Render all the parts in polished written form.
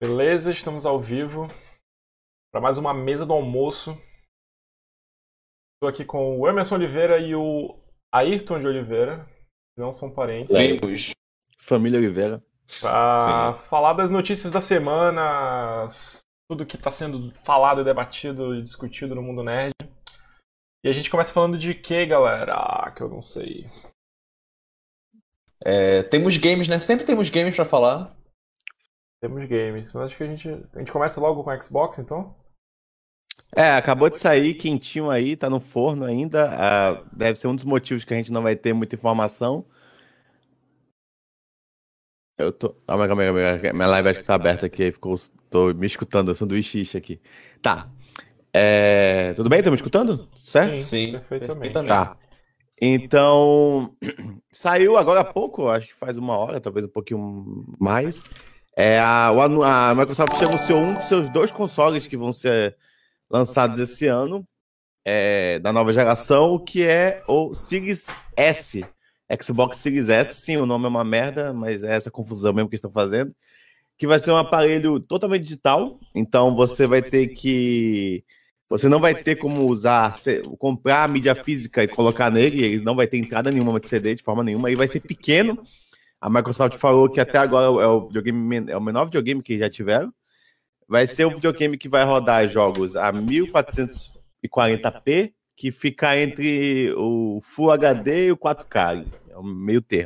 Beleza, estamos ao vivo para mais uma mesa do almoço. Estou aqui com o Emerson Oliveira e o Ayrton de Oliveira, que não são parentes, Primos. Família Oliveira. para Sim. falar das notícias da semana, tudo que está sendo falado e debatido e discutido no mundo nerd. E a gente começa falando de quê, galera? Que eu não sei. Temos games, né? Sempre temos games pra falar. Temos games, mas acho que a gente começa logo com o Xbox, então? Acabou de sair, quentinho aí, tá no forno ainda. Deve ser um dos motivos que a gente não vai ter muita informação. Eu tô. Minha live acho que tá aberta aqui, aí tô me escutando, sanduíche aqui. Tá. Tudo bem? Tá me escutando? Certo? Sim, Perfeitamente. perfeitamente. Tá. Então, saiu agora há pouco, acho que faz uma hora, talvez um pouquinho mais. A Microsoft anunciou um dos seus dois consoles que vão ser lançados esse ano, da nova geração, que é o Series S. Xbox Series S, sim, o nome é uma merda, mas é essa confusão mesmo que estão fazendo. Que vai ser um aparelho totalmente digital, então você vai ter que. Você não vai ter como comprar a mídia física e colocar nele, ele não vai ter entrada nenhuma de CD de forma nenhuma, ele vai ser pequeno. A Microsoft falou que até agora é o menor videogame que já tiveram. Vai ser um videogame que vai rodar jogos a 1440p, que fica entre o Full HD e o 4K, é o meio termo.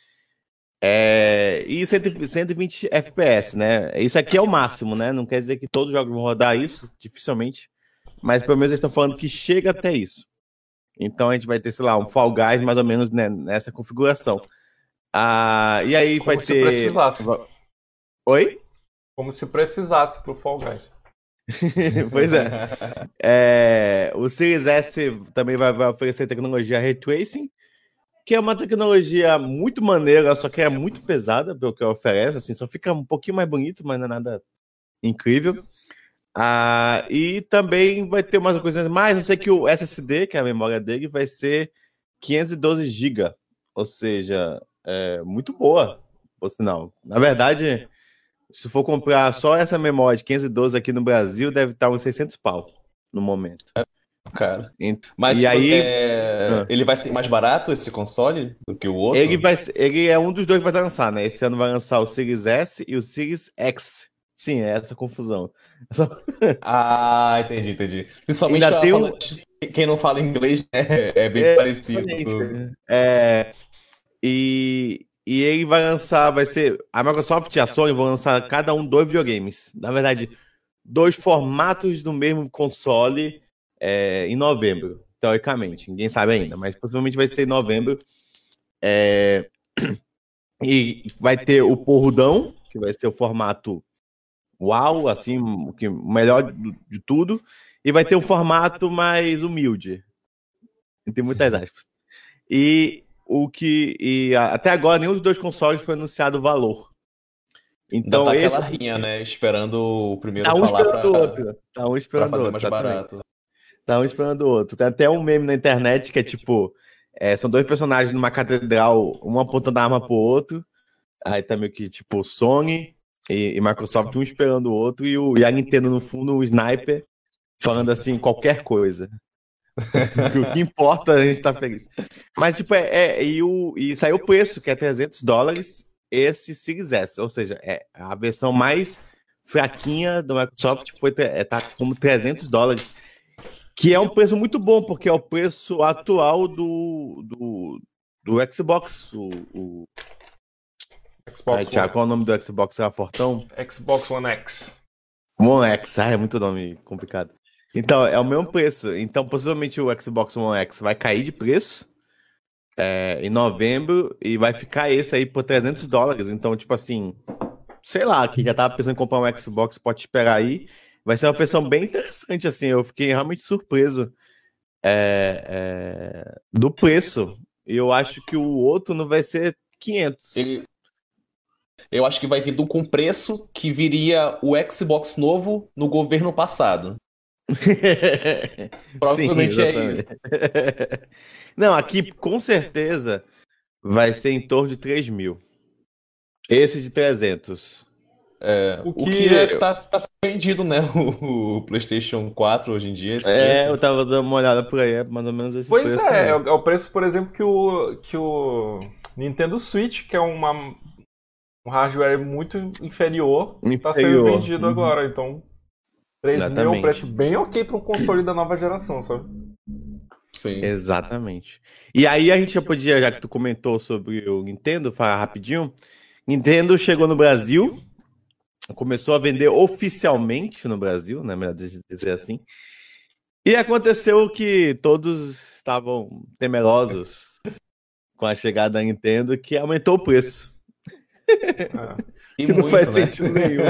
E 120 FPS, né? Isso aqui é o máximo, né? Não quer dizer que todos os jogos vão rodar isso, dificilmente. Mas pelo menos eles estão falando que chega até isso. Então a gente vai ter, sei lá, um Fall Guys mais ou menos, né, nessa configuração. E aí vai Como se ter. precisasse. Oi? Como se precisasse pro Fall Guys. Pois é. O Series S também vai oferecer tecnologia Ray Tracing, que é uma tecnologia muito maneira, só que é muito pesada pelo que oferece, assim, só fica um pouquinho mais bonito, mas não é nada incrível. E também vai ter umas coisinhas mais, eu sei que o SSD, que é a memória dele, vai ser 512 GB, ou seja, muito boa, por sinal. Na verdade, se for comprar só essa memória de 512 aqui no Brasil, deve estar uns 600 pau no momento. Cara. E, Mas e aí, ele vai ser mais barato, esse console, do que o ele outro? ele é um dos dois que vai lançar, né? Esse ano vai lançar o Series S e o Series X. Sim, é essa confusão. Ah, entendi. Principalmente Ainda tem um. quem não fala inglês é bem parecido. Exatamente. E ele vai lançar, vai ser. A Microsoft e a Sony vão lançar cada um dois videogames. Na verdade, dois formatos do mesmo console em novembro, teoricamente. Ninguém sabe ainda, mas possivelmente vai ser em novembro. E vai ter o Porrudão, que vai ser o formato uau, assim, o melhor de tudo. E vai ter o formato mais humilde. Tem muitas aspas. Até agora nenhum dos dois consoles foi anunciado o valor. Ainda Então tá esse aquela rinha, né? Esperando o primeiro tá um falar esperando o outro. Tá um pra esperando o fazer outro, mais exatamente. barato. Tá um esperando o outro. Tem até um meme na internet que é tipo, são dois personagens numa catedral, um apontando a arma pro outro. Aí tá meio que tipo Sony e Microsoft, um esperando o outro, e a Nintendo no fundo, o sniper, falando assim, qualquer coisa. O que importa, a gente tá feliz. Mas, tipo, e saiu o preço, que é $300, esse Series S. Ou seja, a versão mais fraquinha do Microsoft tá como $300, que é um preço muito bom, porque é o preço atual do Xbox. Xbox Thiago, qual é o nome do Xbox? É Fortão? Xbox One X. One X. É muito nome complicado. Então, é o mesmo preço. Então, possivelmente o Xbox One X vai cair de preço em novembro e vai ficar esse aí por $300. Então, tipo assim, sei lá, quem já tava pensando em comprar um Xbox pode esperar aí. Vai ser uma versão bem interessante, assim. Eu fiquei realmente surpreso do preço. E eu acho que o outro não vai ser 500. Eu acho que vai vir com preço que viria o Xbox novo no governo passado. Sim, Provavelmente é isso. exatamente. Não, aqui com certeza vai ser em torno de 3 mil. Esse de 300. O que tá sendo vendido, né? O PlayStation 4 hoje em dia, esse preço. Eu tava dando uma olhada por aí, é mais ou menos esse Pois preço. é mesmo. o preço, por exemplo, que o Nintendo Switch, que é um hardware muito inferior, tá sendo Inferior. vendido agora. Então, 3 mil é um Exatamente. preço bem ok para um console da nova geração, sabe? Sim. Exatamente. E aí a gente já podia, já que tu comentou sobre o Nintendo, falar rapidinho. Nintendo chegou no Brasil, começou a vender oficialmente no Brasil, né, melhor dizer assim. E aconteceu que todos estavam temerosos com a chegada da Nintendo, que aumentou o preço. E Que não muito, faz né? sentido nenhum.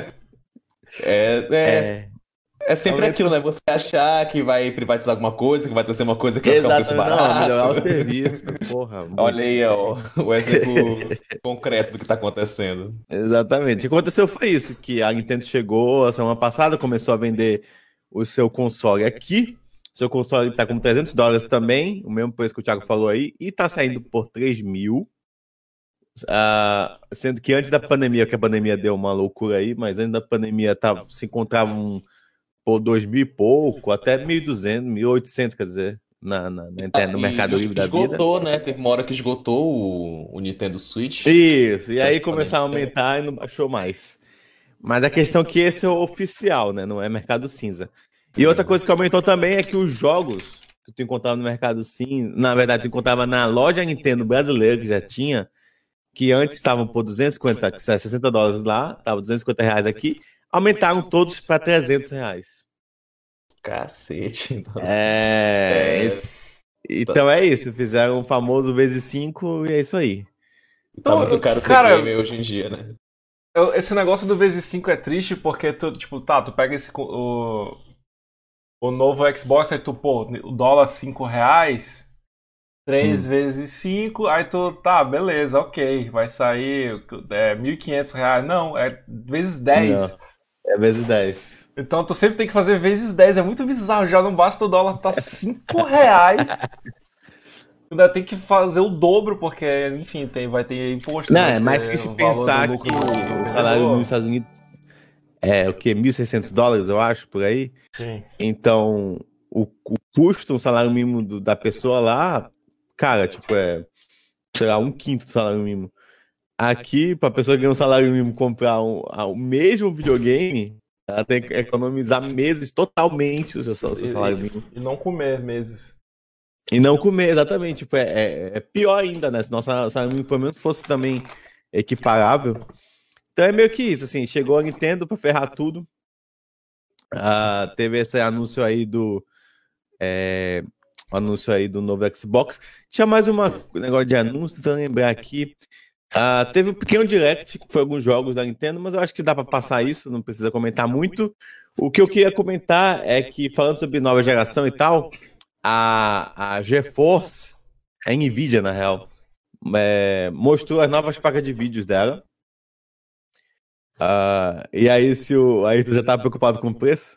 É sempre aquilo, né? Você achar que vai privatizar alguma coisa, que vai trazer uma coisa que vai ficar um preço Exatamente, barato. não, melhorar o serviço, porra. Muito. Olha aí, ó, o exemplo concreto do que tá acontecendo. Exatamente. O que aconteceu foi isso, que a Nintendo chegou a semana passada, começou a vender o seu console aqui. Seu console está com $300 também, o mesmo preço que o Thiago falou aí, e está saindo por 3 mil. Sendo que antes da pandemia, que a pandemia deu uma loucura aí, mas antes da pandemia se encontravam por 2 mil e pouco, até 1.200, 1.800, quer dizer, no Mercado Livre da vida. Esgotou, né? Teve uma hora que esgotou o Nintendo Switch. Isso, e aí começaram a aumentar e não baixou mais. Mas a questão é que esse é o oficial, né? Não é mercado cinza. E outra coisa que aumentou também é que os jogos que tu encontrava no mercado cinza, na verdade, tu encontrava na loja Nintendo brasileira, que já tinha, que antes estavam por 250, que $60 lá, estavam R$250 aqui, aumentaram todos para R$300. Cacete. Então é isso, fizeram o famoso vezes 5 e é isso aí. Tá muito caro ser Cara, gamer hoje em dia, né? Esse negócio do vezes 5 é triste porque tu pega o novo Xbox, aí o dólar R$5, 3 vezes 5, aí beleza, ok, vai sair R$1.500. Não, é vezes 10. Não, é vezes 10. Então tu sempre tem que fazer vezes 10, é muito bizarro, já não basta o dólar tá R$5. Ainda tem que fazer o dobro, porque, enfim, vai ter imposto. Não, é mais triste pensar que o salário nos Estados Unidos é o quê? $1.600, eu acho, por aí. Sim. Então, o custo, o salário mínimo da pessoa lá, cara, tipo, sei lá, 1/5 do salário mínimo. Aqui, pra pessoa ganhar um salário mínimo comprar o mesmo videogame, ela tem que economizar meses totalmente o seu salário mínimo. E não comer meses. E não comer, exatamente. Tipo, é pior ainda, né? Se nosso salário mínimo pelo menos fosse também equiparável. Então é meio que isso, assim. Chegou a Nintendo pra ferrar tudo. Teve esse anúncio aí do novo Xbox. Tinha mais um negócio de anúncio, tentando lembrar aqui. Teve um pequeno direct, que foi alguns jogos da Nintendo, mas eu acho que dá pra passar isso, não precisa comentar muito. O que eu queria comentar é que, falando sobre nova geração e tal, a GeForce, a Nvidia, na real, mostrou as novas placas de vídeos dela. E aí, aí tu já tá preocupado com o preço?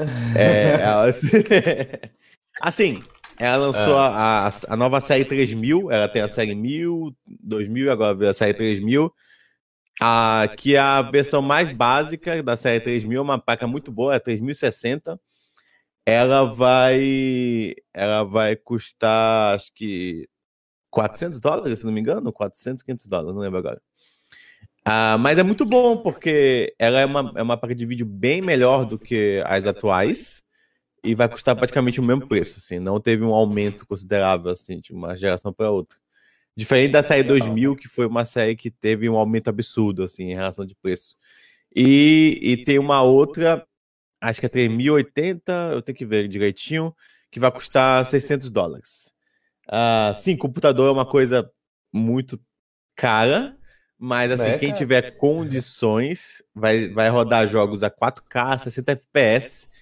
Assim, ela lançou a nova série 3000, ela tem a série 1000, 2000 e agora veio a série 3000. Que é a versão mais básica da série 3000, é uma placa muito boa, é 3060. Ela vai custar, acho que $400, se não me engano, 400, $500, não lembro agora. Mas é muito bom, porque ela é uma placa de vídeo bem melhor do que as atuais e vai custar praticamente o mesmo preço, assim, não teve um aumento considerável, assim, de uma geração para outra. Diferente da série 2000, que foi uma série que teve um aumento absurdo, assim, em relação de preço. E tem uma outra, acho que é 3080, eu tenho que ver direitinho, que vai custar $600. Sim, computador é uma coisa muito cara, mas assim, quem tiver condições vai rodar jogos a 4K, 60 FPS,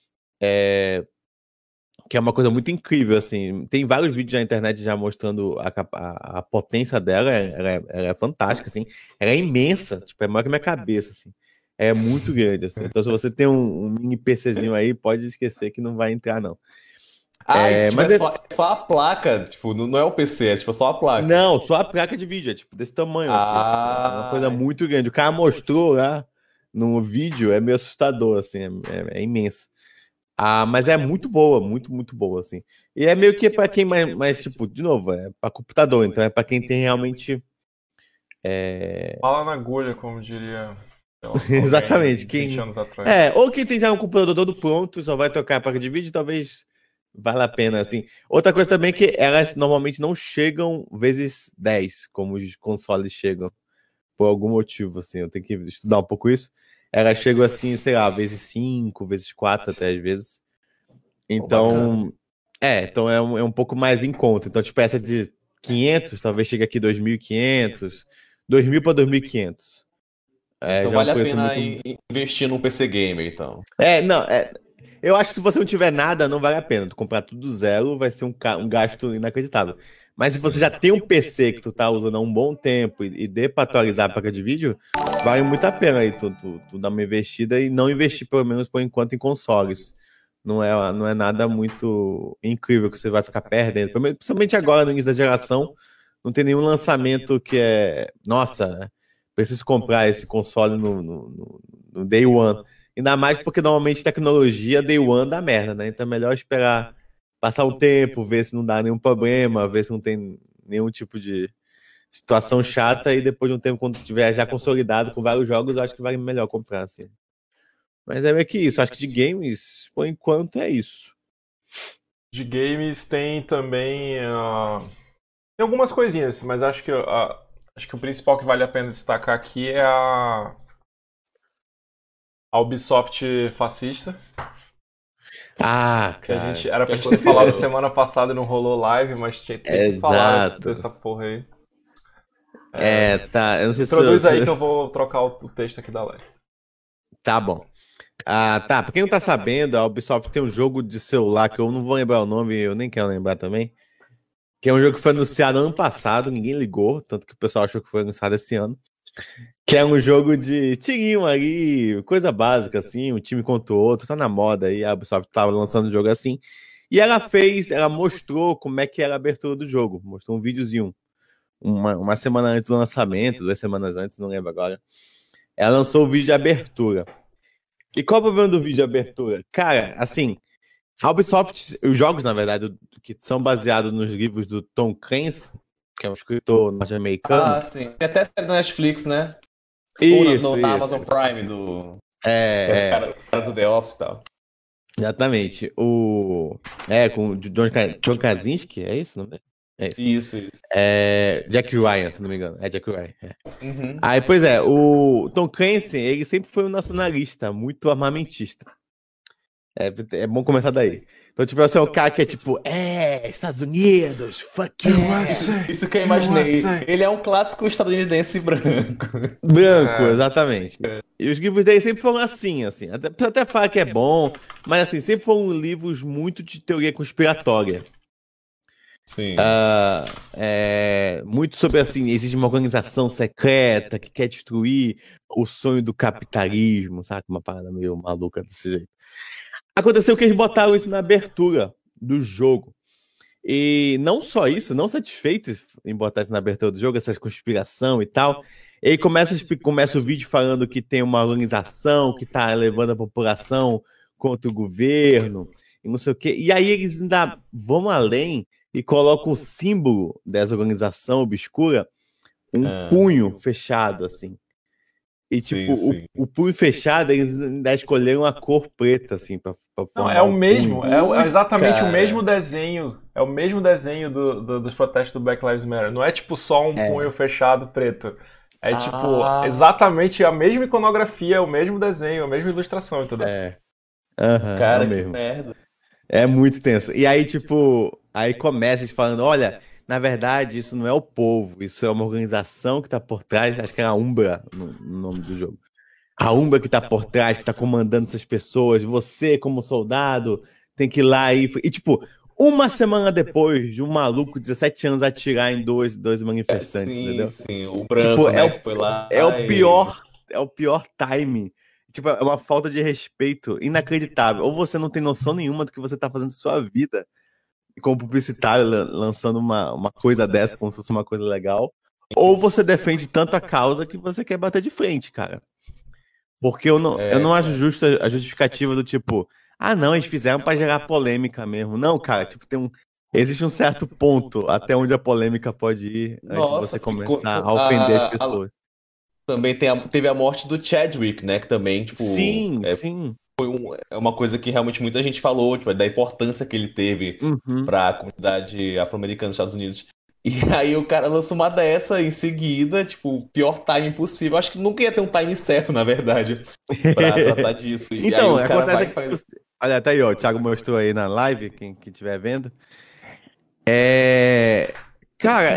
que é uma coisa muito incrível, assim. Tem vários vídeos na internet já mostrando a potência dela, ela é fantástica, assim. Ela é imensa, tipo, é maior que a minha cabeça, assim. É muito grande, assim. Então, se você tem um mini PCzinho aí, pode esquecer que não vai entrar, não. Mas é só a placa, tipo, não é o PC, é tipo só a placa. Não, só a placa de vídeo, é tipo desse tamanho aqui. É uma coisa muito grande. O cara mostrou lá no vídeo é meio assustador, assim, é imenso. Mas é muito boa, muito, muito boa, assim. E é meio que para quem mais, tipo, de novo, é para computador, então é para quem tem realmente. Fala na agulha, como diria Exatamente. 20 anos atrás. Ou quem tem já um computador todo pronto, só vai trocar a placa de vídeo, talvez vale a pena, assim. Outra coisa também é que elas normalmente não chegam vezes 10, como os consoles chegam, por algum motivo, assim. Eu tenho que estudar um pouco isso. Elas chegam assim, sei lá, vezes 5, vezes 4 até às vezes. Então, então é um pouco mais em conta. Então, tipo, essa de 500, talvez chegue aqui 2.500, 2.000 para 2.500. Então já é um vale a preço pena muito... investir num PC Gamer, então. Eu acho que se você não tiver nada, não vale a pena. Tu comprar tudo zero vai ser um gasto inacreditável. Mas se você já tem um PC que tu tá usando há um bom tempo e dê pra atualizar a placa de vídeo, vale muito a pena aí tu dar uma investida e não investir, pelo menos por enquanto, em consoles. Não é nada muito incrível que você vai ficar perdendo. Principalmente agora, no início da geração, não tem nenhum lançamento que é... Nossa, preciso comprar esse console no Day One. Ainda mais porque normalmente tecnologia Day One dá merda, né? Então é melhor esperar passar um tempo, ver se não dá nenhum problema, ver se não tem nenhum tipo de situação chata e depois de um tempo, quando tiver já consolidado com vários jogos, eu acho que vale melhor comprar, assim. Mas é meio que isso. Acho que de games, por enquanto, é isso. De games tem também... tem algumas coisinhas, mas acho que o principal que vale a pena destacar aqui é a Ubisoft fascista. Cara. Que a gente era pra ter falado semana passada e não rolou live, mas tinha que falar dessa porra aí. Tá. Eu não sei Introduz aí que eu vou trocar o texto aqui da live. Tá bom. Tá. Pra quem não tá sabendo, a Ubisoft tem um jogo de celular que eu não vou lembrar o nome, eu nem quero lembrar também. Que é um jogo que foi anunciado ano passado, ninguém ligou, tanto que o pessoal achou que foi anunciado esse ano. Que é um jogo de tirinho ali, coisa básica, assim, um time contra o outro, tá na moda aí, a Ubisoft tava lançando um jogo assim. E ela mostrou como é que era a abertura do jogo, mostrou um videozinho, uma semana antes do lançamento, 2 semanas antes, não lembro agora. Ela lançou o vídeo de abertura. E qual é o problema do vídeo de abertura? Cara, assim, a Ubisoft, os jogos, na verdade, que são baseados nos livros do Tom Clancy, que é um escritor norte-americano. Sim. Tem até série da Netflix, né? Isso. Na Amazon Prime, do cara do The Office e tal. Exatamente. Com o John Krasinski, é isso o nome dele? É isso. Isso. Jack Ryan, se não me engano. É Jack Ryan. Uhum. Aí, pois é, o Tom Clancy, ele sempre foi um nacionalista, muito armamentista. É bom começar daí. Então, tipo, assim, é um cara que é tipo, Estados Unidos, fuck yeah. Isso que eu imaginei. Ele é um clássico estadunidense branco. Branco, exatamente. E os livros dele sempre foram assim. Até falar que é bom, mas assim, sempre foram livros muito de teoria conspiratória. Sim. Muito sobre, assim, existe uma organização secreta que quer destruir o sonho do capitalismo, sabe? Uma parada meio maluca desse jeito. Aconteceu que eles botaram isso na abertura do jogo. E não só isso, não satisfeitos em botar isso na abertura do jogo, essa conspiração e tal, ele começa o vídeo falando que tem uma organização que tá levando a população contra o governo e não sei o quê. E aí eles ainda vão além e colocam o símbolo dessa organização obscura, um punho fechado, assim. E, tipo, sim. o punho fechado, eles ainda escolheram a cor preta, assim, pra formar. Não, é o mesmo, punho. é exatamente o mesmo desenho. É o mesmo desenho dos protestos do Black Lives Matter. Não é, tipo, só um punho fechado preto. É, tipo, exatamente a mesma iconografia, o mesmo desenho, a mesma ilustração, entendeu? Cara, é o mesmo. Que merda. É muito tenso. E aí, tipo, aí começa eles falando, olha, na verdade, isso não é o povo, isso é uma organização que tá por trás, acho que é a Umbra, no nome do jogo. A Umbra que tá por trás, que tá comandando essas pessoas, você, como soldado, tem que ir lá e tipo, uma semana depois de um maluco de 17 anos atirar em dois manifestantes, entendeu? Sim, o branco, tipo, que foi lá. É o pior time. Tipo, é uma falta de respeito inacreditável. Ou você não tem noção nenhuma do que você tá fazendo na sua vida, como publicitário, lançando uma coisa dessa, como se fosse uma coisa legal, ou você defende tanta causa que você quer bater de frente, cara. Porque eu não acho justa a justificativa do tipo, não, eles fizeram pra gerar polêmica mesmo. Não, cara, tipo, existe um certo ponto até onde a polêmica pode ir antes de você começar a ofender as pessoas. Também teve a morte do Chadwick, né? Que também, tipo, sim, sim. É uma coisa que realmente muita gente falou, tipo, da importância que ele teve pra comunidade afro-americana nos Estados Unidos. E aí o cara lança uma dessa em seguida, tipo, pior time possível. Acho que nunca ia ter um time certo, na verdade, pra tratar disso. E então, aí o cara acontece que... Olha, tá aí, ó, o Thiago mostrou aí na live, quem estiver vendo. Cara,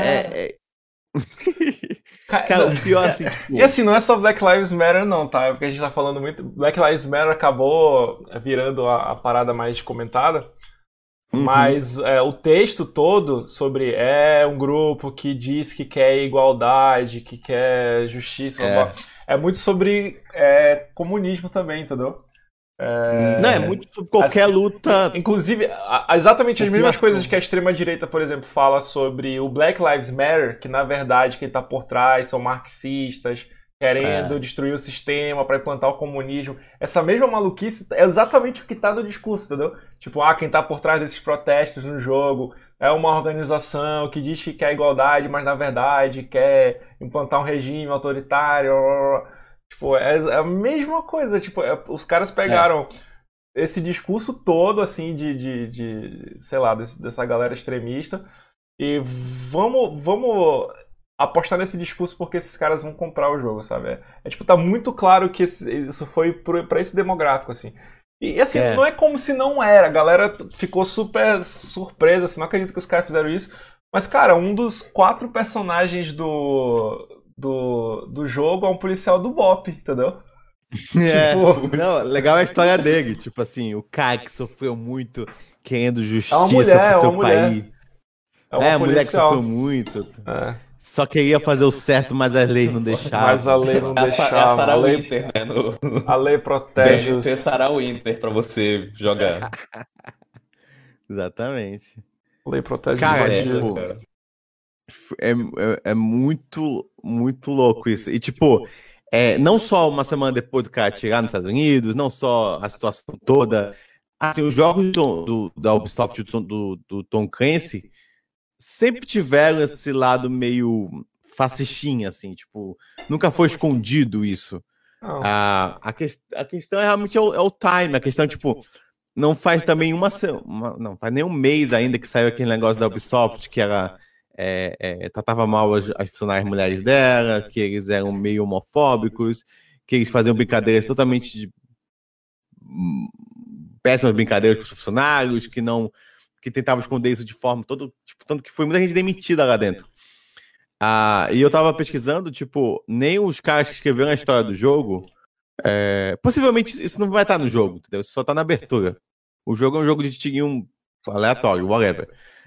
Cara, o pior assim, tipo... E assim, não é só Black Lives Matter não, tá? É porque a gente tá falando muito... Black Lives Matter acabou virando a parada mais comentada. Mas o texto todo sobre um grupo que diz que quer igualdade, que quer justiça, é muito sobre comunismo também, entendeu? Não, é muito sobre qualquer luta. Inclusive, exatamente as mesmas coisas que a extrema-direita, por exemplo, fala sobre o Black Lives Matter, que na verdade quem tá por trás são marxistas, querendo destruir o sistema para implantar o comunismo. Essa mesma maluquice é exatamente o que tá no discurso, entendeu? Tipo, quem tá por trás desses protestos no jogo é uma organização que diz que quer igualdade, mas na verdade quer implantar um regime autoritário. Tipo, é a mesma coisa. Tipo, os caras pegaram esse discurso todo, assim, sei lá, dessa galera extremista e vamos apostar nesse discurso porque esses caras vão comprar o jogo, sabe? Tipo, tá muito claro que isso foi pra esse demográfico, assim. E assim, não é como se não era. A galera ficou super surpresa, assim, não acredito que os caras fizeram isso. Mas, cara, um dos 4 personagens do jogo é um policial do BOP, entendeu? Tipo... Não, legal é a história dele. Tipo assim, o cara que sofreu muito querendo justiça pro seu país. É a mulher que sofreu muito. Só queria fazer o certo, mas as leis não deixavam. Mas a lei não deixava. É a Sarah Winter, né? A lei protege. Deve ser Sarah Winter pra você jogar. Exatamente. A lei protege cara, tipo, é muito, muito louco isso. E tipo, não só uma semana depois do cara atirar nos Estados Unidos, não só a situação toda. Assim, os jogos da Ubisoft do Tom Clancy sempre tiveram esse lado meio fascistinha, assim, tipo, nunca foi escondido isso. A questão realmente é o time, a questão, tipo, não faz também não faz nem um mês ainda que saiu aquele negócio da Ubisoft que era tratava mal as funcionárias mulheres dela, que eles eram meio homofóbicos, que eles faziam brincadeiras totalmente péssimas brincadeiras com os funcionários, que tentavam esconder isso de forma todo, tipo, tanto que foi muita gente demitida lá dentro. E eu tava pesquisando, tipo, nem os caras que escreveram a história do jogo, possivelmente isso não vai estar no jogo, entendeu? Isso só tá na abertura. O jogo é um jogo de tirinho aleatório, whatever.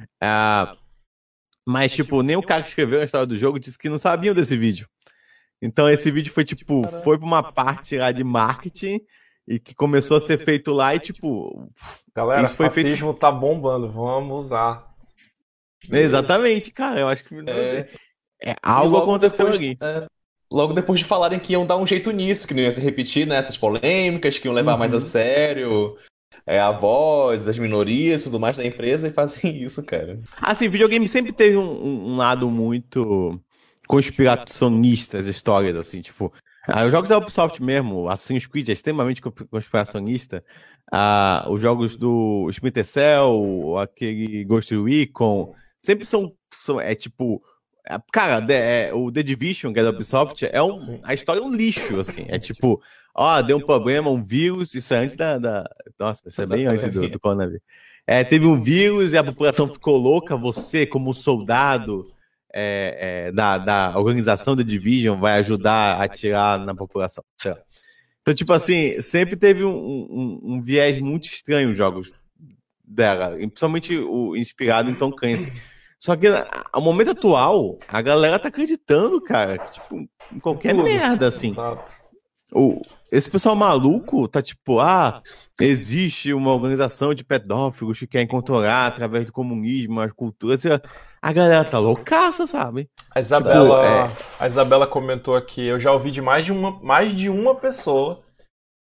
Mas, tipo, nem o cara que escreveu a história do jogo disse que não sabiam desse vídeo. Então esse vídeo foi, tipo, foi pra uma parte lá de marketing e que começou a ser feito lá e, tipo... Galera, isso foi fascismo feito... tá bombando, vamos usar. Exatamente, cara, eu acho que... algo aconteceu ali. Logo depois de falarem que iam dar um jeito nisso, que não ia se repetir, né, essas polêmicas, que iam levar mais a sério a voz das minorias e tudo mais da empresa, e fazem isso, cara. Assim, videogame sempre teve um lado muito conspiracionista, as histórias, assim, tipo... os jogos da Ubisoft mesmo, Assassin's Creed é extremamente conspiracionista. Os jogos do Splinter Cell, aquele Ghost Recon, sempre são tipo... Cara, o The Division, que é da Ubisoft, a história é um lixo, assim. É tipo, deu um problema, um vírus, isso é antes Nossa, isso é bem antes do coronavírus. Teve um vírus e a população ficou louca, você, como soldado... da organização The Division vai ajudar a atirar na população. Então, tipo assim, sempre teve um viés muito estranho os jogos dela, principalmente o inspirado em Tom Clancy. Só que, ao momento atual, a galera tá acreditando, cara, que, tipo, em qualquer merda, assim. Esse pessoal maluco tá tipo, existe uma organização de pedófilos que querem controlar através do comunismo, a cultura, a galera tá loucaça, sabe? A Isabela comentou aqui, eu já ouvi de mais de uma pessoa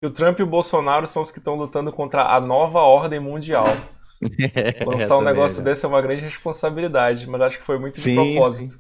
que o Trump e o Bolsonaro são os que estão lutando contra a nova ordem mundial. Lançar um negócio desse é uma grande responsabilidade, mas acho que foi muito de propósito.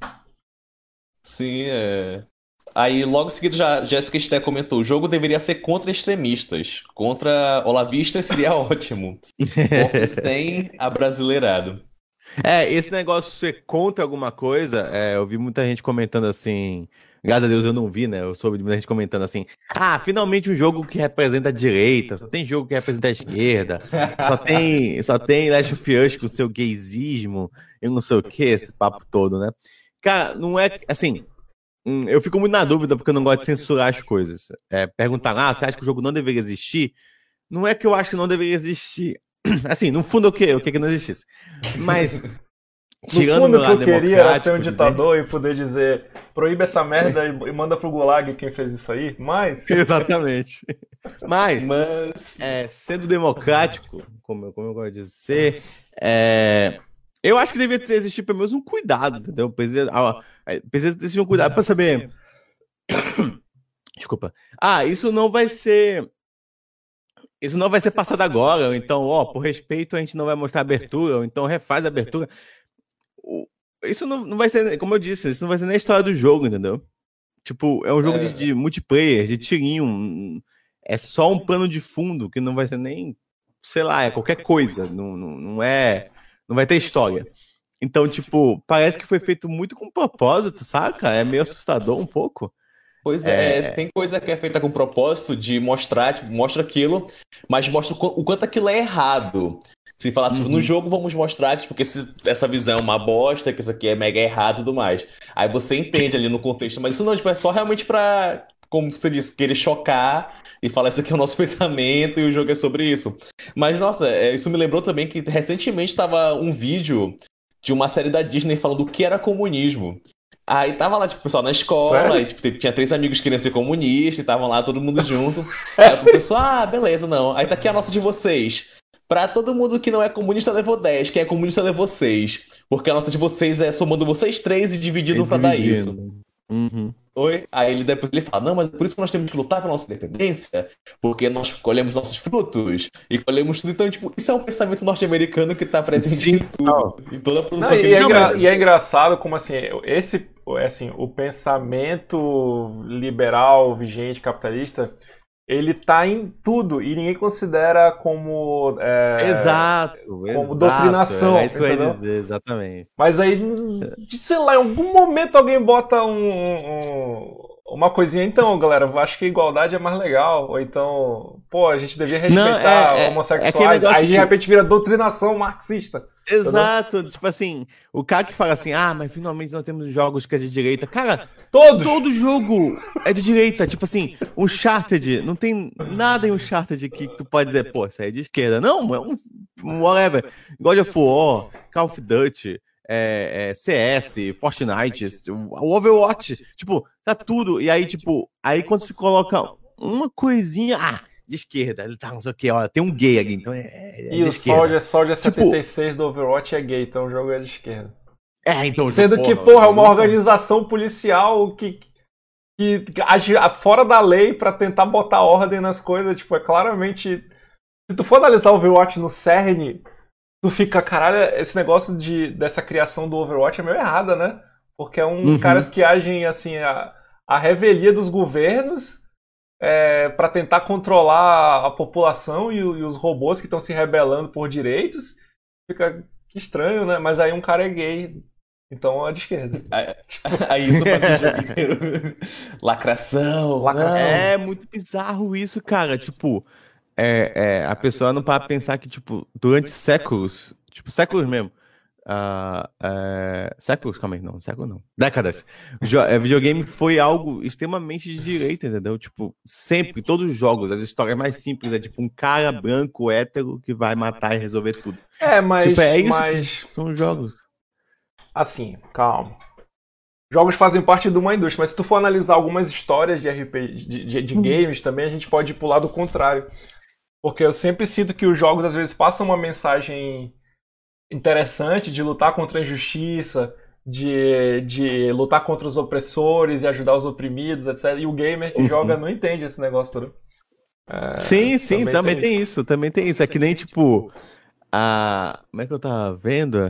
Sim, Aí, logo em seguida, já Jéssica Sté comentou: o jogo deveria ser contra extremistas. Contra olavistas seria ótimo. Wolfenstein abrasileirado. Esse negócio de ser contra alguma coisa, eu vi muita gente comentando assim. Graças a Deus eu não vi, né? Eu soube de muita gente comentando assim: finalmente um jogo que representa a direita, só tem jogo que representa a esquerda, só tem Last of Us com o seu gaysismo, eu não sei o que, esse papo todo, né? Cara, não é assim. Eu fico muito na dúvida porque eu não gosto de censurar as coisas. Perguntar, você acha que o jogo não deveria existir? Não é que eu acho que não deveria existir. Assim, no fundo, o que não existisse. Mas, tirando no fundo, o que eu queria era ser um ditador e poder dizer, proíbe essa merda e manda pro Gulag quem fez isso aí, mas... Exatamente. Mas sendo democrático, como eu gosto de dizer, eu acho que deveria existir pelo menos um cuidado, entendeu? Precisa existir um cuidado para saber... Desculpa. Isso não vai ser passado agora, ou então, por respeito, a gente não vai mostrar a abertura, ou então refaz a abertura. Isso não vai ser, como eu disse, isso não vai ser nem a história do jogo, entendeu? Tipo, é um jogo de multiplayer, de tirinho, é só um plano de fundo, que não vai ser nem, sei lá, é qualquer coisa, não vai ter história. Então, tipo, parece que foi feito muito com propósito, saca? É meio assustador um pouco. Pois tem coisa que é feita com propósito de mostrar, tipo, mostra aquilo, mas mostra o quanto aquilo é errado. Se falar assim, no jogo vamos mostrar tipo, que essa visão é uma bosta, que isso aqui é mega errado e tudo mais. Aí você entende ali no contexto, mas isso não, tipo, é só realmente pra, como você disse, querer chocar e falar isso aqui é o nosso pensamento e o jogo é sobre isso. Mas, nossa, isso me lembrou também que recentemente estava um vídeo de uma série da Disney falando o que era comunismo. Aí tava lá, tipo, o pessoal na escola, e, tipo, tinha 3 amigos que queriam ser comunistas, e estavam lá todo mundo junto. Aí o professor, beleza, não. Aí tá aqui a nota de vocês. Pra todo mundo que não é comunista levou 10, quem é comunista levou 6. Porque a nota de vocês é somando vocês 3 e dividindo pra dar isso. Oi? Aí depois ele fala, não, mas é por isso que nós temos que lutar pela nossa independência, porque nós colhemos nossos frutos e colhemos tudo. Então, tipo, isso é um pensamento norte-americano que tá presente em tudo, em toda a produção que ele faz. E é engraçado como, assim, o pensamento liberal, vigente, capitalista, ele tá em tudo e ninguém considera como doutrinação. É isso que eu ia dizer, exatamente. Mas aí, sei lá, em algum momento alguém bota uma coisinha, então, galera, acho que a igualdade é mais legal. Ou então, a gente devia respeitar homossexuais. Aí de repente vira doutrinação marxista. Exato, entendeu? Tipo assim, o cara que fala assim, mas finalmente nós temos jogos que é de direita. Cara, todo jogo é de direita. Tipo assim, Uncharted, não tem nada em Uncharted que tu pode dizer, isso aí é de esquerda. Não, é um whatever. God of War, Call of Duty, CS, Fortnite, o Overwatch, tipo, tá tudo. E aí, tipo, quando se coloca uma coisinha, de esquerda, ele tá, não sei o que, tem um gay aqui, então e de esquerda. E o Soldier 76 do Overwatch é gay, então o jogo é de esquerda. Então... Sendo que, é uma organização policial que age fora da lei pra tentar botar ordem nas coisas, tipo, claramente... Se tu for analisar o Overwatch no CERN, tu fica, caralho, esse negócio dessa criação do Overwatch é meio errada, né? Porque é uns caras que agem, assim, a revelia dos governos... para tentar controlar a população e os robôs que estão se rebelando por direitos. Fica estranho, né? Mas aí um cara é gay, então é de esquerda. Aí isso faz o jogo inteiro. Lacração. É muito bizarro isso, cara. Tipo, a pessoa não para pensar que, tipo, durante séculos, tipo, séculos mesmo, séculos, calma aí, não, século não, décadas, videogame foi algo extremamente de direita, entendeu? Tipo, sempre, todos os jogos, as histórias mais simples é tipo um cara branco, hétero, que vai matar e resolver tudo. Mas... Tipo, isso, são os jogos. Assim, calma. Jogos fazem parte de uma indústria, mas se tu for analisar algumas histórias de RPG, de games também, a gente pode ir pro lado contrário. Porque eu sempre sinto que os jogos às vezes passam uma mensagem interessante de lutar contra a injustiça, de lutar contra os opressores e ajudar os oprimidos, etc. E o gamer que joga não entende esse negócio todo. Sim, também tem isso. Também tem isso. É que nem, tipo, como é que eu tava vendo?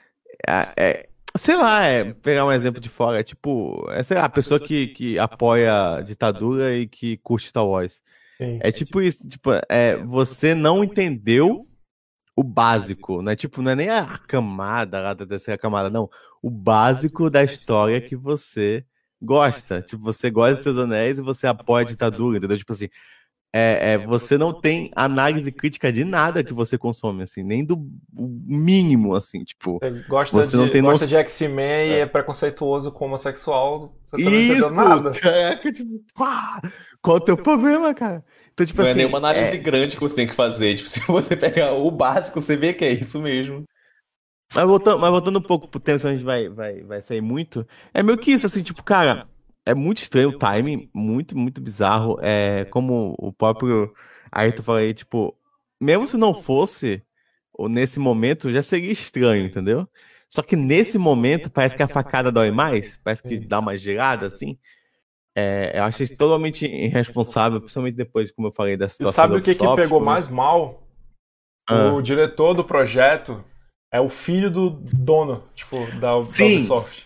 Sei lá, pegar um exemplo de fora, tipo, sei lá, a pessoa que apoia a ditadura e que curte Star Wars. Sim. É tipo isso, tipo, você não entendeu o básico, né? Tipo, não é nem a camada lá da terceira camada, não. O básico da história que você gosta. Tipo, você gosta de Seus Anéis e você apoia a ditadura, entendeu? Tipo assim, você não tem análise crítica de nada que você consome, assim, nem do mínimo, assim, tipo. Você não tem gosta de X-Men e é preconceituoso com homossexual, você não entendeu nada. Caraca, tipo, qual é o teu problema, cara? Então, tipo, não assim, é nenhuma análise grande que você tem que fazer. Tipo, se você pegar o básico, você vê que é isso mesmo. Mas voltando um pouco pro tema, senão a gente vai sair muito. É meio que isso, assim, tipo, cara, é muito estranho o timing, muito, muito bizarro. Como o próprio Ayrton falou aí, tipo, mesmo se não fosse, ou nesse momento, já seria estranho, entendeu? Só que nesse momento, parece que a facada dói mais, parece que dá uma girada, assim. Eu acho isso totalmente irresponsável, principalmente depois, como eu falei, da situação sabe o que pegou mais mal? O diretor do projeto é o filho do dono, tipo, da Ubisoft.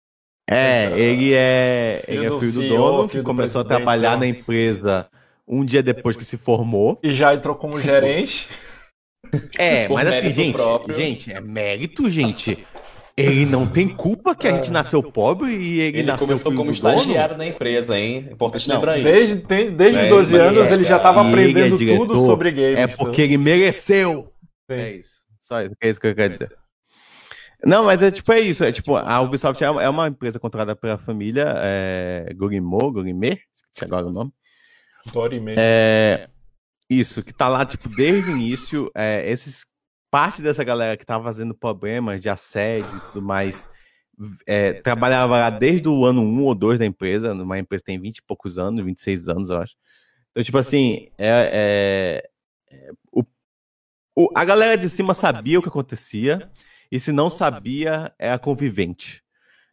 Ele é filho do dono, que começou a trabalhar na empresa um dia depois que se formou. E já entrou como gerente. Mas assim, gente, é mérito, gente. Ele não tem culpa que a gente nasceu pobre e ele nasceu começou como estagiário na empresa, hein? Importante lembrar isso. Desde 12 anos ele já estava aprendendo tudo sobre games. É porque ele mereceu. Sim. É isso. Só isso, é isso que eu quero dizer. Não, mas é isso. A Ubisoft é uma empresa controlada pela família Gourmet, esqueci agora o nome. Dorimé. Isso, que tá lá, tipo, desde o início. Parte dessa galera que tava fazendo problemas de assédio e tudo mais, trabalhava lá desde o ano 1 ou 2 da empresa. Uma empresa que tem 20 e poucos anos, 26 anos, eu acho. Então, tipo assim, a galera de cima sabia o que acontecia, e se não sabia, é a convivente.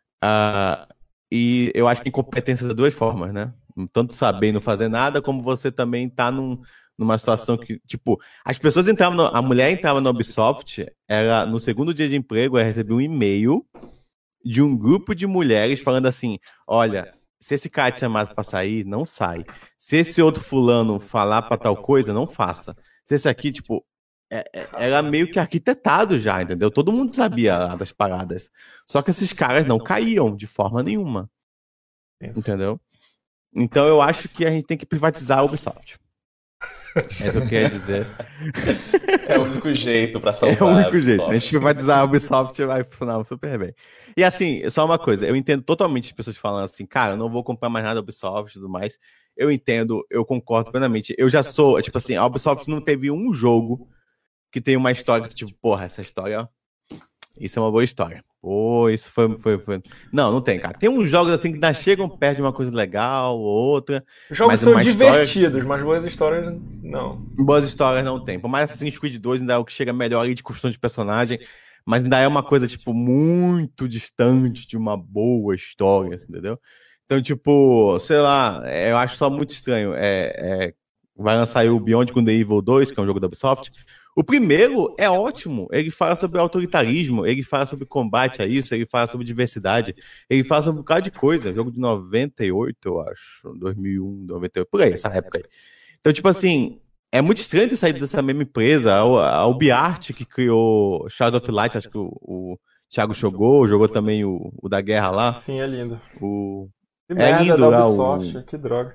E eu acho que incompetência de duas formas, né? Tanto saber e não fazer nada, como você também tá numa situação que, tipo, as pessoas entravam, a mulher entrava na Ubisoft, no segundo dia de emprego, ela recebeu um e-mail de um grupo de mulheres falando assim, olha, se esse cara te chamar pra sair, não sai. Se esse outro fulano falar pra tal coisa, não faça. Se esse aqui, tipo, era meio que arquitetado já, entendeu? Todo mundo sabia das paradas. Só que esses caras não caíam de forma nenhuma. Entendeu? Então eu acho que a gente tem que privatizar a Ubisoft. É o que eu queria dizer. É o único jeito pra salvar a Ubisoft. É o único jeito. A gente privatizar a Ubisoft vai funcionar super bem. E assim, só uma coisa. Eu entendo totalmente as pessoas falando assim, cara, eu não vou comprar mais nada da Ubisoft e tudo mais. Eu entendo, eu concordo plenamente. Eu já sou, tipo assim, a Ubisoft não teve um jogo que tem uma história que, tipo, porra, essa história... Isso é uma boa história. Pô, isso foi... Não tem, cara. Tem uns jogos assim que ainda chegam perto de uma coisa legal ou outra. Os jogos são divertidos, mas boas histórias não. Boas histórias não tem. Por mais Assassin's Creed 2 ainda é o que chega melhor aí de construção de personagem, mas ainda é uma coisa, tipo, muito distante de uma boa história, entendeu? Então, tipo, sei lá, eu acho só muito estranho. Vai lançar aí o Beyond Good and Evil 2, que é um jogo da Ubisoft. O primeiro é ótimo, ele fala sobre autoritarismo, ele fala sobre combate a isso, ele fala sobre diversidade, ele fala sobre um bocado de coisa, jogo de 98, eu acho, 2001, 98, por aí, essa época aí. Então, tipo assim, é muito estranho ter saído dessa mesma empresa, a UbiArt que criou Shadow of Light, acho que o Thiago jogou também o da guerra lá. Sim, é lindo. Que merda da Ubisoft, que droga.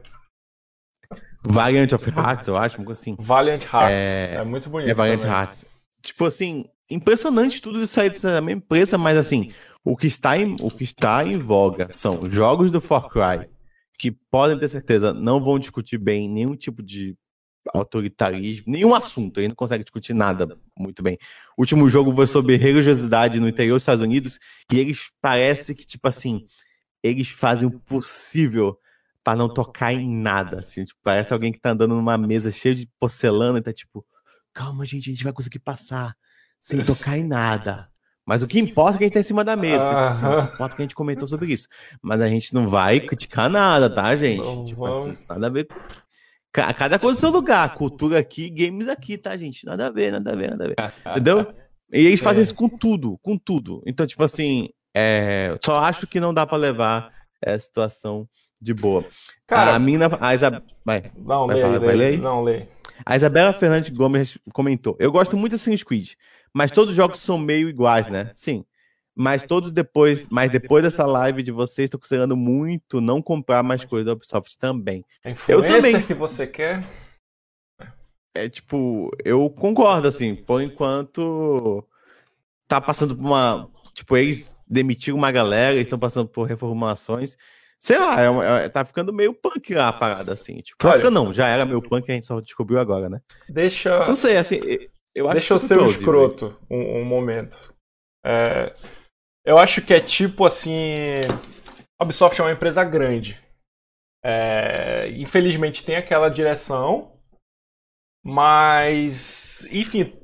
Valiant of Hearts, eu acho, uma coisa assim. Valiant Hearts, é muito bonito. É Valiant também. Hearts. Tipo assim, impressionante tudo de sair dessa mesma empresa, mas assim, o que está em voga são jogos do Far Cry, que podem ter certeza não vão discutir bem nenhum tipo de autoritarismo, nenhum assunto, ele não consegue discutir nada muito bem. O último jogo foi sobre religiosidade no interior dos Estados Unidos, e eles parece que, tipo assim, eles fazem o possível pra não tocar em nada, assim, tipo, parece alguém que tá andando numa mesa cheia de porcelana e tá tipo, calma gente, a gente vai conseguir passar sem tocar em nada, mas o que importa é que a gente tá em cima da mesa, tipo assim, o que importa é que a gente comentou sobre isso, mas a gente não vai criticar nada, tá gente? Não, tipo assim, isso nada a ver Cada coisa no seu lugar. Cultura aqui, games aqui, tá, gente? Nada a ver. Entendeu? E eles fazem isso com tudo. Então, tipo assim, só acho que não dá pra levar essa situação de boa. Cara, a mina, a Isabela... Não, lê. A Isabela Fernandes Gomes comentou: eu gosto muito de Assassin's Creed, mas todos os jogos são meio iguais, né? Sim. Mas depois dessa live de vocês, estou considerando muito não comprar mais coisa da Ubisoft também. Eu também. Que você quer? Eu concordo, assim, por enquanto tá passando por uma... Tipo, eles demitiram uma galera, eles estão passando por reformulações. Sei lá, tá ficando meio punk lá a parada, assim. Tipo, já era meio punk, a gente só descobriu agora, né? Não sei, assim, eu acho Deixa eu ser um escroto um momento. Eu acho que é tipo assim... A Ubisoft é uma empresa grande. Infelizmente tem aquela direção, mas... Enfim,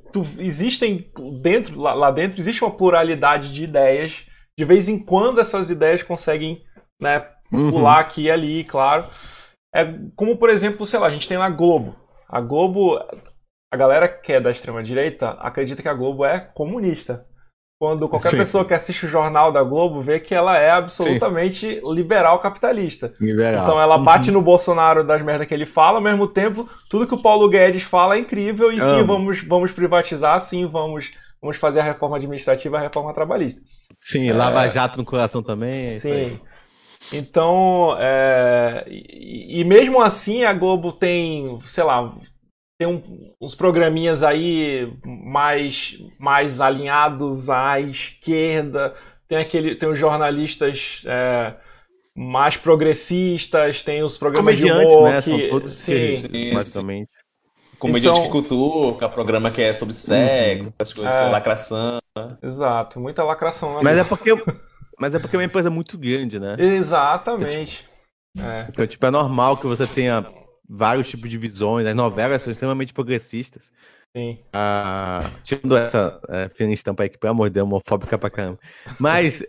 lá dentro existe uma pluralidade de ideias. De vez em quando essas ideias conseguem, né, pular aqui e ali, claro. Como, por exemplo, sei lá, a gente tem lá a Globo. A Globo, a galera que é da extrema-direita acredita que a Globo é comunista. Quando qualquer pessoa que assiste o jornal da Globo vê que ela é absolutamente liberal capitalista. Então ela bate no Bolsonaro das merdas que ele fala, ao mesmo tempo, tudo que o Paulo Guedes fala é incrível, e sim, vamos privatizar, sim, vamos fazer a reforma administrativa, a reforma trabalhista. Sim, Lava Jato no coração também. Sim. Então, e mesmo assim a Globo tem, sei lá, tem uns programinhas aí mais alinhados à esquerda, tem os jornalistas mais progressistas, tem os programas de humor, né? São todos sim, basicamente. Comediante de cultura, programa que é sobre sexo, essas coisas, com lacração. Exato, muita lacração. Mas é porque é uma empresa muito grande, né? Exatamente. Então, tipo, é normal que você tenha vários tipos de visões. As novelas são extremamente progressistas. Sim. Tirando essa fina estampa aí, que pelo amor de Deus, homofóbica pra caramba. Mas,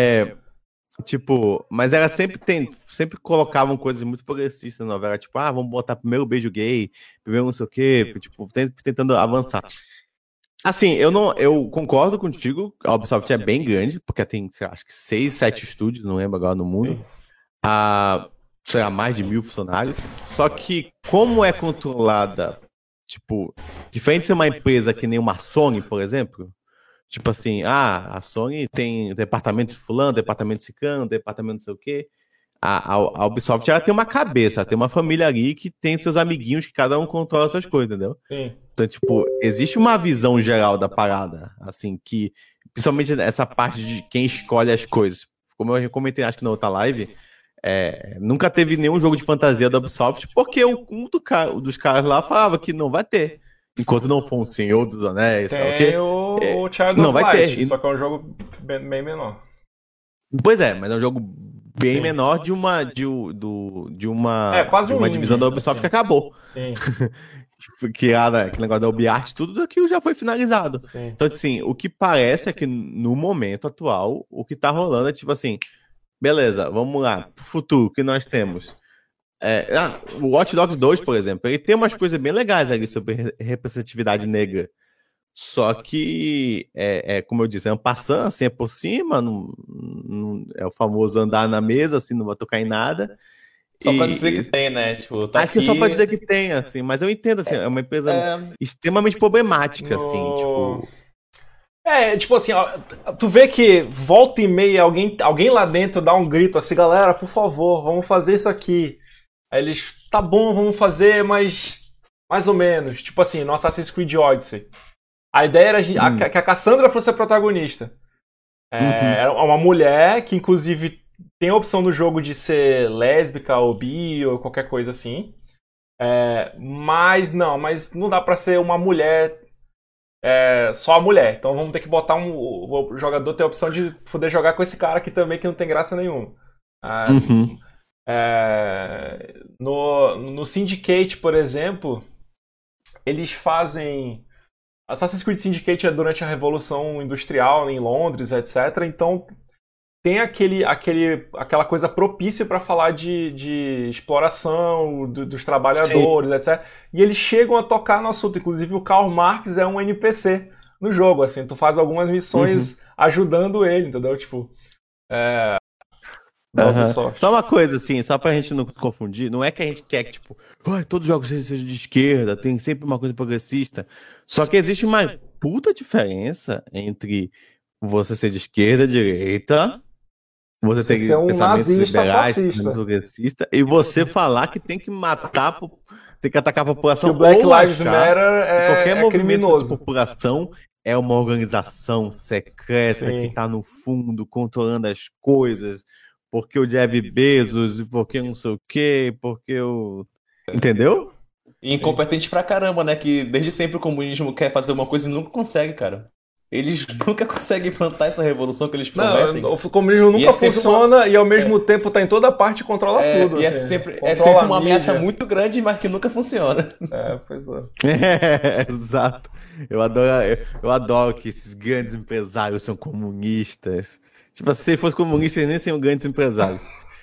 mas ela sempre colocavam coisas muito progressistas na novela. Tipo, vamos botar primeiro beijo gay, primeiro não sei o quê. Tipo, tentando avançar. Assim, eu concordo contigo. A Ubisoft é bem grande, porque tem, sei lá, acho que 6, 7 estúdios, não lembro agora, no mundo. Sei lá, mais de 1.000 funcionários. Só que, como é controlada, tipo, diferente de ser uma empresa que nem uma Sony, por exemplo, tipo assim, a Sony tem departamento de fulano, departamento de ciclano, departamento não sei o quê. A Ubisoft, ela tem uma cabeça, ela tem uma família ali que tem seus amiguinhos que cada um controla suas coisas, entendeu? Sim. Então, tipo, existe uma visão geral da parada, assim, que, principalmente essa parte de quem escolhe as coisas. Como eu comentei, acho que na outra live, nunca teve nenhum jogo de fantasia da Ubisoft, porque dos caras lá falava que não vai ter. Enquanto não for um Senhor dos Anéis, tem o Child of Light, só que é um jogo bem menor. Pois mas é um jogo bem menor de uma divisão da Ubisoft que acabou. Sim. Que aquele negócio da UbiArt, tudo aquilo já foi finalizado. Sim. Então, assim, o que parece é que no momento atual, o que tá rolando é tipo assim, beleza, vamos lá, pro futuro, o que nós temos? O Watch Dogs 2, por exemplo, ele tem umas coisas bem legais ali sobre representatividade negra. Só que, como eu disse, passando assim, por cima, não, é o famoso andar na mesa, assim, não vai tocar em nada. Só pra dizer que tem, né? Tipo, acho que é só pra dizer que tem, assim, mas eu entendo, assim, é uma empresa extremamente problemática, assim, tipo... tipo assim, ó, tu vê que volta e meia alguém lá dentro dá um grito assim, galera, por favor, vamos fazer isso aqui. Aí eles, tá bom, vamos fazer, mas mais ou menos. Tipo assim, no Assassin's Creed Odyssey. A ideia era que a Cassandra fosse a protagonista. Era uma mulher que, inclusive, tem a opção no jogo de ser lésbica ou bi ou qualquer coisa assim. Mas não dá pra ser uma mulher, só a mulher. Então vamos ter que botar o jogador ter a opção de poder jogar com esse cara aqui também, que não tem graça nenhuma. No Syndicate, por exemplo, eles fazem... Assassin's Creed Syndicate é durante a Revolução Industrial em Londres, etc. Então tem aquela coisa propícia para falar de exploração dos trabalhadores, etc. E eles chegam a tocar no assunto. Inclusive o Karl Marx é um NPC no jogo, assim. Tu faz algumas missões ajudando ele, entendeu? Tipo, Só uma coisa, assim, só pra gente não confundir, não é que a gente quer que, tipo, todos os jogos sejam de esquerda, tem sempre uma coisa progressista. Só que existe uma puta diferença entre você ser de esquerda, direita, você tem pensamentos liberais, pensamentos progressistas, e você falar que tem que matar, tem que atacar a população, que o Black Lives Matter qualquer movimento criminoso. de população é uma organização secreta que tá no fundo, controlando as coisas, porque o Jeff Bezos, porque não sei o quê, porque o... Entendeu? E incompetente pra caramba, né? Que desde sempre o comunismo quer fazer uma coisa e nunca consegue, cara. Eles nunca conseguem implantar essa revolução que eles prometem. Não, o comunismo nunca funciona e ao mesmo tempo tá em toda parte e controla tudo. E assim. é sempre uma ameaça muito grande, mas que nunca funciona. Pois é. Exato. Eu adoro que esses grandes empresários são comunistas. Tipo, se ele fosse comunista, eles nem seriam grandes empresários.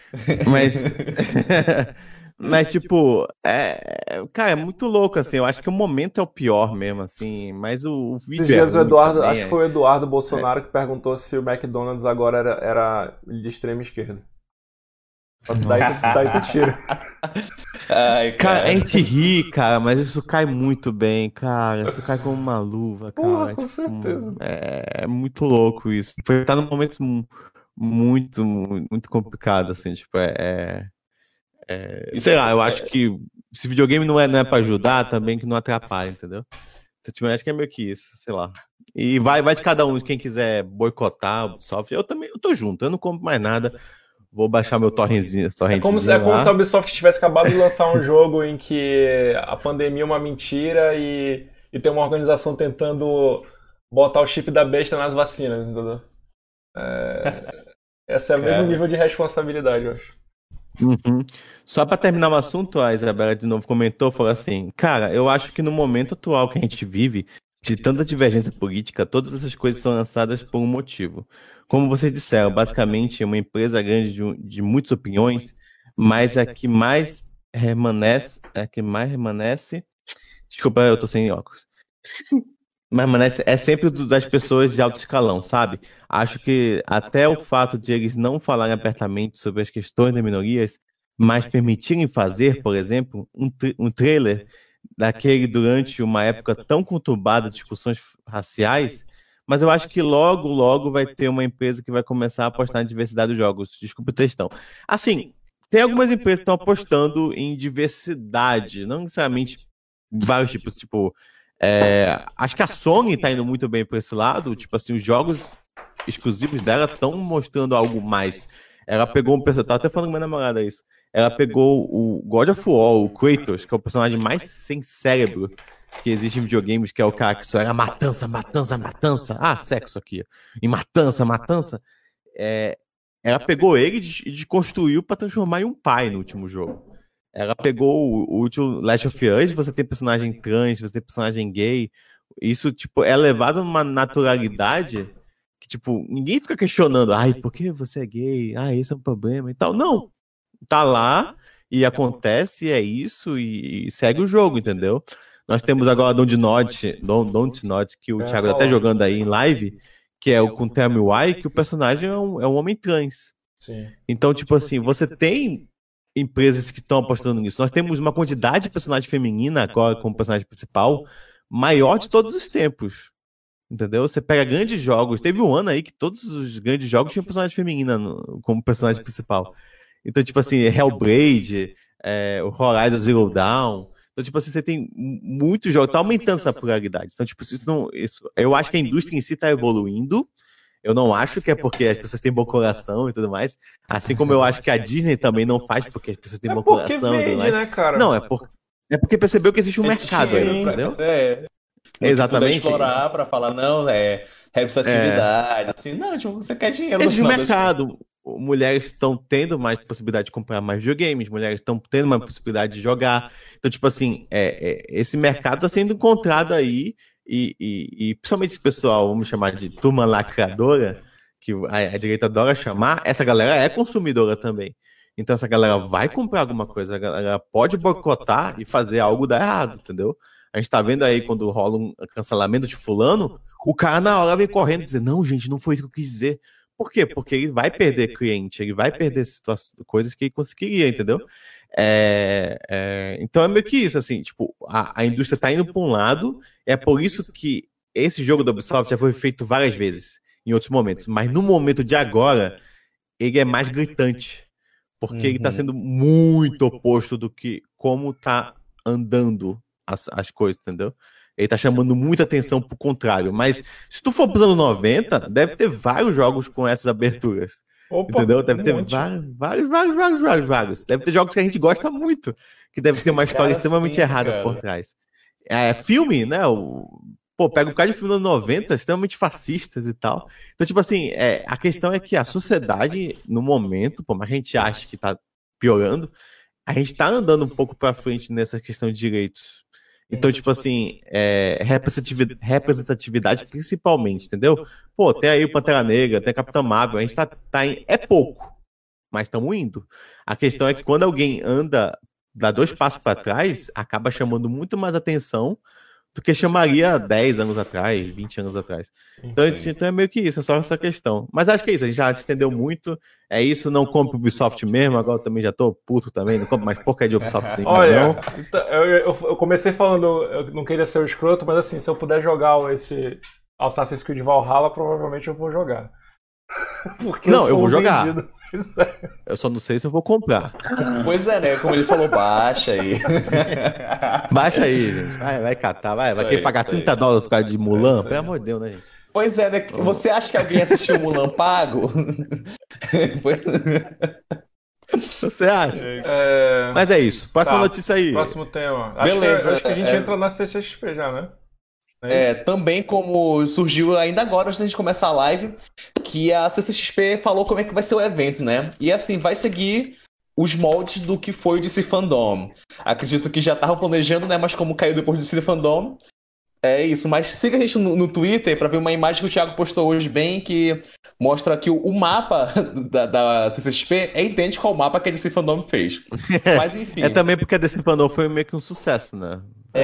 Mas tipo, cara, é muito louco, assim. Eu acho que o momento é o pior mesmo, assim. Mas o vídeo Esses dias o Eduardo, também, acho que foi o Eduardo Bolsonaro que perguntou se o McDonald's agora era de extrema esquerda. Daí tu tira. Ai, cara, a gente ri, cara, mas isso cai muito bem, cara. Isso cai como uma luva, cara. Porra, com certeza. É muito louco isso. Tá num momento muito, muito complicado, assim, tipo, sei lá, eu acho que se videogame não é pra ajudar, também que não atrapalha, entendeu? Então, tipo, eu acho que é meio que isso, sei lá. E vai de cada um, quem quiser boicotar o Ubisoft, eu tô junto, eu não compro mais nada. Vou baixar meu torrentinho. É como se a Ubisoft tivesse acabado de lançar um jogo em que a pandemia é uma mentira e tem uma organização tentando botar o chip da besta nas vacinas, entendeu? Esse é o mesmo nível de responsabilidade, eu acho. Só pra terminar o assunto, a Isabela de novo comentou, falou assim, cara, eu acho que no momento atual que a gente vive, de tanta divergência política, todas essas coisas são lançadas por um motivo. Como vocês disseram, basicamente é uma empresa grande de muitas opiniões, mas a que mais permanece, desculpa, eu tô sem óculos. Mas é sempre das pessoas de alto escalão, sabe? Acho que até o fato de eles não falarem abertamente sobre as questões das minorias, mas permitirem fazer, por exemplo, um trailer daquele durante uma época tão conturbada de discussões raciais, mas eu acho que logo vai ter uma empresa que vai começar a apostar em diversidade dos jogos. Desculpa o textão. Assim, tem algumas empresas que estão apostando em diversidade, não necessariamente vários tipos, tipo... acho que a Sony tá indo muito bem por esse lado, tipo assim, os jogos exclusivos dela estão mostrando algo mais. Ela pegou um personagem, tava até falando com minha namorada isso, ela pegou o God of War, o Kratos, que é o personagem mais sem cérebro que existe em videogames, que é o cara que só era matança, sexo aqui, e matança, ela pegou ele e desconstruiu pra transformar em um pai no último jogo. Ela pegou o último Last of Us, você tem personagem trans, você tem personagem gay. Isso, tipo, é levado a uma naturalidade que, tipo, ninguém fica questionando. Ai, por que você é gay? Ah, esse é um problema e tal. Não. Tá lá e acontece, é isso, e segue o jogo, entendeu? Nós temos agora Don't Not, que o Thiago tá até jogando aí em live, que é o com Tell Me Why, que o personagem é um homem trans. Sim. Então, tipo assim, você tem empresas que estão apostando nisso. Nós temos uma quantidade de personagem feminina agora como personagem principal maior de todos os tempos. Entendeu? Você pega grandes jogos. Teve um ano aí que todos os grandes jogos tinham personagem feminina como personagem principal. Então, tipo assim, Hellblade, o Horizon Zero Dawn. Então, tipo assim, você tem muitos jogos. Tá aumentando essa pluralidade. Então, tipo, eu acho que a indústria em si tá evoluindo. Eu não acho que é porque as pessoas têm bom coração e tudo mais. Assim como eu acho que a Disney também não faz porque as pessoas têm bom coração e tudo mais. Né, cara? Não, é porque percebeu que existe um mercado aí, entendeu? Exatamente. Explorar pra falar, não, representatividade, assim, não, tipo, você quer dinheiro. Existe um mercado. Mulheres estão tendo mais possibilidade de comprar mais videogames, mulheres estão tendo mais possibilidade de jogar. Então, tipo assim, esse mercado está sendo encontrado aí. E principalmente esse pessoal, vamos chamar de turma lacradora, que a direita adora chamar, essa galera é consumidora também. Então essa galera vai comprar alguma coisa, a galera pode boicotar e fazer algo dar errado, entendeu? A gente tá vendo aí quando rola um cancelamento de fulano, o cara na hora vem correndo e dizer, não, gente, não foi isso que eu quis dizer. Por quê? Porque ele vai perder cliente, ele vai perder coisas que ele conseguiria, entendeu? Então é meio que isso, assim, tipo, a indústria tá indo para um lado, é por isso que esse jogo da Ubisoft já foi feito várias vezes, em outros momentos, mas no momento de agora, ele é mais gritante, porque ele tá sendo muito oposto do que como tá andando as coisas, entendeu? Ele tá chamando muita atenção pro contrário, mas se tu for pros anos 90, deve ter vários jogos com essas aberturas. Opa, entendeu? Deve ter vários. Deve ter jogos que a gente gosta muito, que deve ter uma história extremamente errada por trás. Filme, né? Pega um bocado de filme dos anos 90, extremamente fascistas e tal. Então, tipo assim, a questão é que a sociedade, no momento, por mais que a gente ache que tá piorando, a gente tá andando um pouco pra frente nessa questão de direitos. Então, tipo assim, representatividade principalmente, entendeu? Tem aí o Pantera Negra, tem a Capitã Marvel, a gente tá em... É pouco, mas estamos indo. A questão é que quando alguém dá 2 passos para trás, acaba chamando muito mais atenção do que chamaria 10 anos atrás, 20 anos atrás. Então é meio que isso, é só essa questão. Mas acho que é isso, a gente já se estendeu muito. É isso, não compro Ubisoft mesmo, agora eu também já tô puto também, não compro mais porcaria de Ubisoft nem Olha, não. Eu comecei falando, eu não queria ser o escroto, mas assim, se eu puder jogar esse Assassin's Creed Valhalla, provavelmente eu vou jogar. Não, eu vou jogar. Eu só não sei se eu vou comprar. Pois é, né? Como ele falou, baixa aí. Baixa aí, gente. Vai catar, vai querer pagar $30 por causa de Mulan? Pelo amor de Deus, né, gente? Pois é, né? Você acha que alguém assistiu Mulan pago? Você acha? Mas é isso. Próxima notícia aí. Próximo tema. Beleza. Acho que a gente entra na CCXP já, né? Também como surgiu ainda agora, antes da gente começar a live, que a CCXP falou como é que vai ser o evento, né? E assim, vai seguir os moldes do que foi o DC Fandom. Acredito que já estavam planejando, né? Mas como caiu depois do DC Fandom, é isso. Mas siga a gente no Twitter para ver uma imagem que o Thiago postou hoje bem, que mostra que o mapa da CCXP é idêntico ao mapa que a DC Fandom fez. Mas enfim. Também porque a DC Fandom foi meio que um sucesso, né?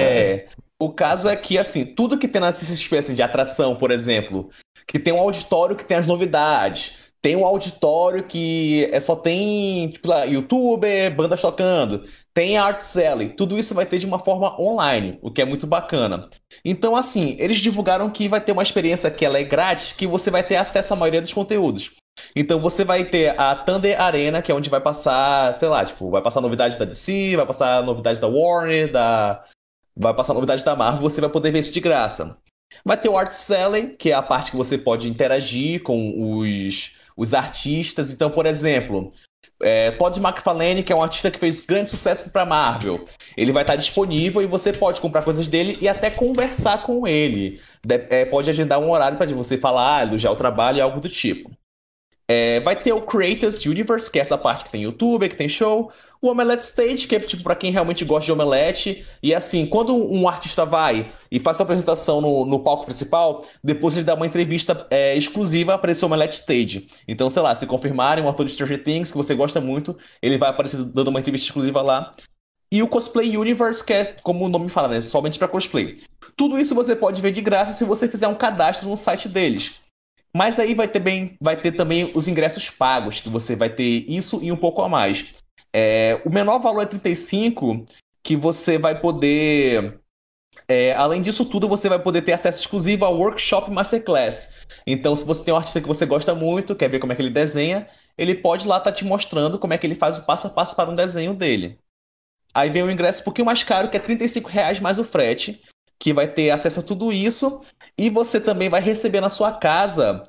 O caso é que, assim, tudo que tem na CCXP, assim, de atração, por exemplo, que tem um auditório que tem as novidades, tem um auditório que só tem, tipo, lá, youtuber, bandas tocando, tem art selling, tudo isso vai ter de uma forma online, o que é muito bacana. Então, assim, eles divulgaram que vai ter uma experiência que ela é grátis, que você vai ter acesso à maioria dos conteúdos. Então você vai ter a Thunder Arena, que é onde vai passar, sei lá, tipo, vai passar novidades da DC, vai passar novidades da Warner, vai passar novidades da Marvel, você vai poder ver isso de graça. Vai ter o Art Selling, que é a parte que você pode interagir com os artistas. Então, por exemplo, Todd McFarlane, que é um artista que fez grande sucesso para Marvel, ele vai estar disponível e você pode comprar coisas dele e até conversar com ele. Pode agendar um horário para você falar, elogiar o trabalho e algo do tipo. Vai ter o Creators Universe, que é essa parte que tem YouTube, que tem show. O Omelette Stage, que é tipo pra quem realmente gosta de omelete. E assim, quando um artista vai e faz sua apresentação no palco principal, depois ele dá uma entrevista exclusiva para esse Omelette Stage. Então, sei lá, se confirmarem um ator de Stranger Things que você gosta muito, ele vai aparecer dando uma entrevista exclusiva lá. E o Cosplay Universe, que é, como o nome fala, né, somente pra cosplay. Tudo isso você pode ver de graça se você fizer um cadastro no site deles. Mas aí vai ter também os ingressos pagos, que você vai ter isso e um pouco a mais. O menor valor é 35, que você vai poder... além disso tudo, você vai poder ter acesso exclusivo ao Workshop Masterclass. Então, se você tem um artista que você gosta muito, quer ver como é que ele desenha, ele pode lá estar te mostrando como é que ele faz o passo a passo para um desenho dele. Aí vem o ingresso um pouquinho mais caro, que é R$35 mais o frete, que vai ter acesso a tudo isso. E você também vai receber na sua casa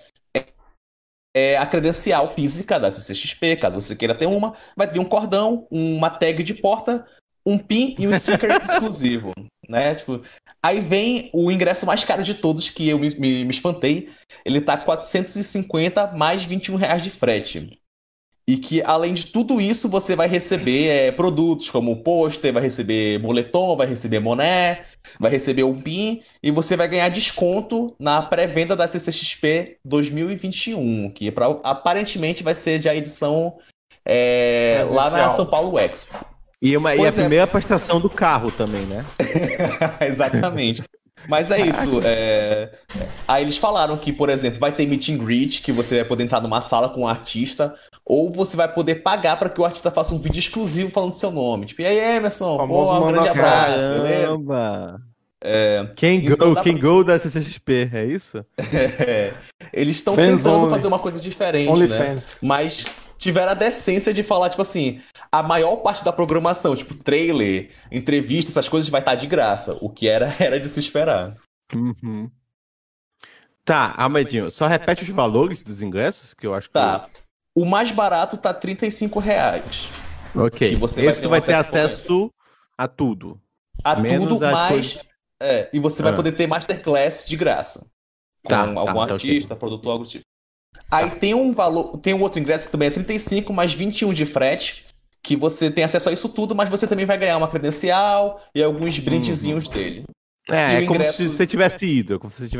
a credencial física da CCXP, caso você queira ter uma. Vai vir um cordão, uma tag de porta, um pin e um sticker exclusivo, né? Tipo, aí vem o ingresso mais caro de todos, que eu me espantei. Ele tá R$450 mais R$21 de frete. E que, além de tudo isso, você vai receber produtos como pôster, vai receber moletom, vai receber boné, vai receber um pin, e você vai ganhar desconto na pré-venda da CCXP 2021, que aparentemente vai ser de a edição lá na São Paulo Expo. E a primeira prestação do carro também, né? Exatamente. Mas é isso. Aí eles falaram que, por exemplo, vai ter meet and greet, que você vai poder entrar numa sala com um artista, ou você vai poder pagar para que o artista faça um vídeo exclusivo falando seu nome. Tipo, e aí, Emerson? Um grande abraço. Caramba! Quem go da CCXP, é isso? Eles estão tentando fazer uma coisa diferente, né? Mas tiveram a decência de falar, tipo assim, a maior parte da programação, tipo trailer, entrevista, essas coisas vai estar de graça, o que era de se esperar. Uhum. Tá, Amedinho, só repete os valores dos ingressos, que eu acho que... Tá, o mais barato tá R$35. Ok, esse tu vai ter acesso a tudo. A tudo, mas... e você vai poder ter masterclass de graça. Com algum artista, produtor, algo tipo. Aí tem um outro ingresso que também é 35 mais 21 de frete, que você tem acesso a isso tudo, mas você também vai ganhar uma credencial e alguns brindezinhos dele. Como se você tivesse ido.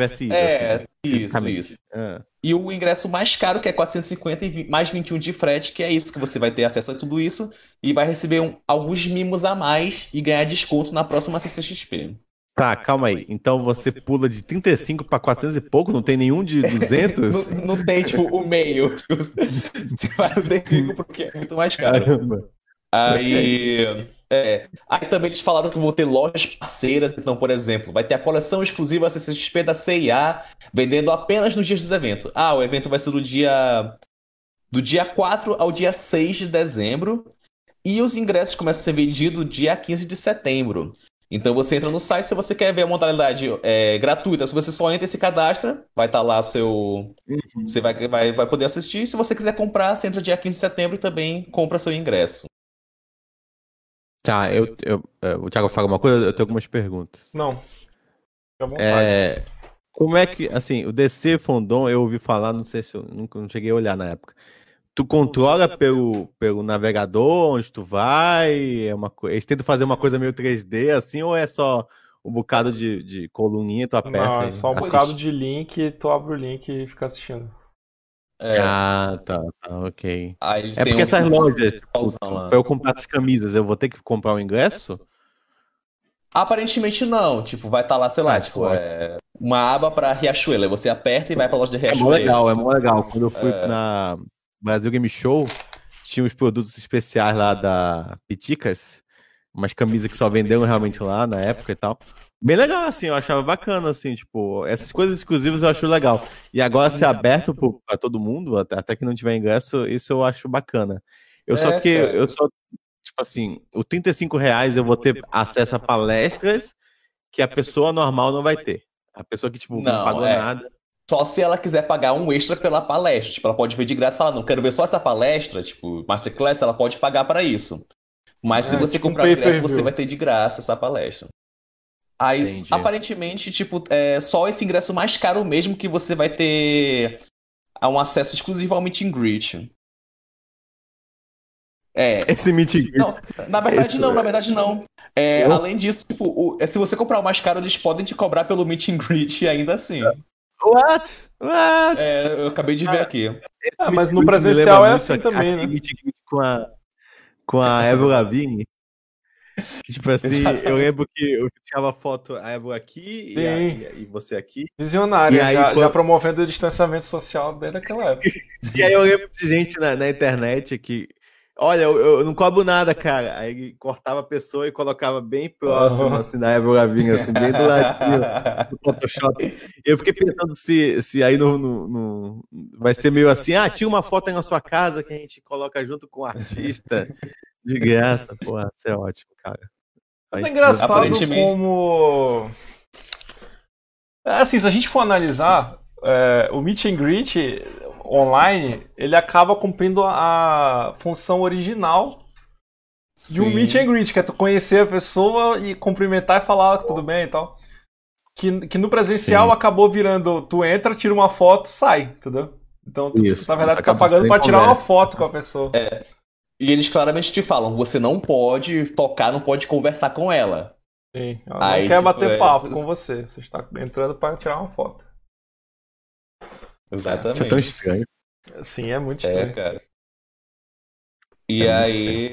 Isso. E o ingresso mais caro, que é 450 e mais 21 de frete, que é isso, que você vai ter acesso a tudo isso e vai receber alguns mimos a mais e ganhar desconto na próxima CCXP. Tá, calma aí. Então você pula de 35 para 400 e pouco? Não tem nenhum de 200? não tem, tipo, o meio. Você vai no 35 porque é muito mais caro. Caramba. Aí também eles falaram que vão ter lojas parceiras. Então, por exemplo, vai ter a coleção exclusiva CCXP da CIA, vendendo apenas nos dias do evento. O evento vai ser do dia 4 ao dia 6 de dezembro. E os ingressos começam a ser vendidos dia 15 de setembro. Então você entra no site, se você quer ver a modalidade gratuita, se você só entra e se cadastra, vai estar lá você vai poder assistir. Se você quiser comprar, você entra dia 15 de setembro e também compra seu ingresso. Tá, o Thiago fala alguma coisa? Eu tenho algumas perguntas. Não. Fica à vontade. Como é que, assim, o DC Fandom eu ouvi falar, não sei se eu não cheguei a olhar na época. Tu controla pelo navegador onde tu vai? Eles tentam fazer uma coisa meio 3D assim, ou é só um bocado de coluninha, tu aperta? Não, é só um bocado de link, tu abre o link e fica assistindo. Tá, ok. Porque essas lojas, pra eu comprar as camisas, eu vou ter que comprar um ingresso? Aparentemente não, tipo, vai estar lá, sei lá, uma aba pra Riachuelo, aí você aperta e vai pra loja de Riachuelo. É mó legal. Quando eu fui na Brasil Game Show, tinha uns produtos especiais lá da Piticas, umas camisas que só venderam realmente lá na época e tal. Bem legal, assim, eu achava bacana, assim, tipo, essas coisas exclusivas eu acho legal. E agora ser aberto pra todo mundo, até que não tiver ingresso, isso eu acho bacana. Tipo assim, o R$35 eu vou ter acesso a palestras que a pessoa normal não vai ter. A pessoa que, tipo, não pagou nada. Só se ela quiser pagar um extra pela palestra. Tipo, ela pode ver de graça e falar, não, quero ver só essa palestra, tipo, Masterclass, ela pode pagar para isso. Mas se você comprar o ingresso, você vai ter de graça essa palestra. Aí, entendi. Aparentemente, tipo, só esse ingresso mais caro mesmo que você vai ter um acesso exclusivo ao Meet and Greet. Esse Meet and Greet. Não, na verdade não. Além disso, tipo, se você comprar o mais caro, eles podem te cobrar pelo Meet and Greet ainda assim. What? Eu acabei de ver aqui. Mas no presencial é assim também, né? Com a Avril Lavigne. Tipo assim, eu lembro que eu tirava foto, a Avril aqui e você aqui. Visionária, e aí, já promovendo o distanciamento social desde aquela época. E aí eu lembro de gente na internet que, olha, eu não cobro nada, cara. Aí cortava a pessoa e colocava bem próximo, assim, da Avril Lavigne, assim, bem do ladinho, no Photoshop. Eu fiquei pensando se aí vai ser meio assim, tira uma foto aí na sua casa que a gente coloca junto com o artista. De graça, porra, isso é ótimo, cara. Mas é engraçado como... Assim, se a gente for analisar, o Meet and Greet online, ele acaba cumprindo a função original de um Meet and Greet, que é tu conhecer a pessoa e cumprimentar e falar tudo bem e tal. Que no presencial acabou virando, tu entra, tira uma foto, sai, entendeu? Então, na verdade, tu tá pagando pra tirar uma foto com a pessoa. E eles claramente te falam, você não pode tocar, não pode conversar com ela. Sim, ela não quer bater papo com você. Você está entrando para tirar uma foto. Exatamente. Isso é tão estranho. Sim, é muito estranho. Cara. E aí...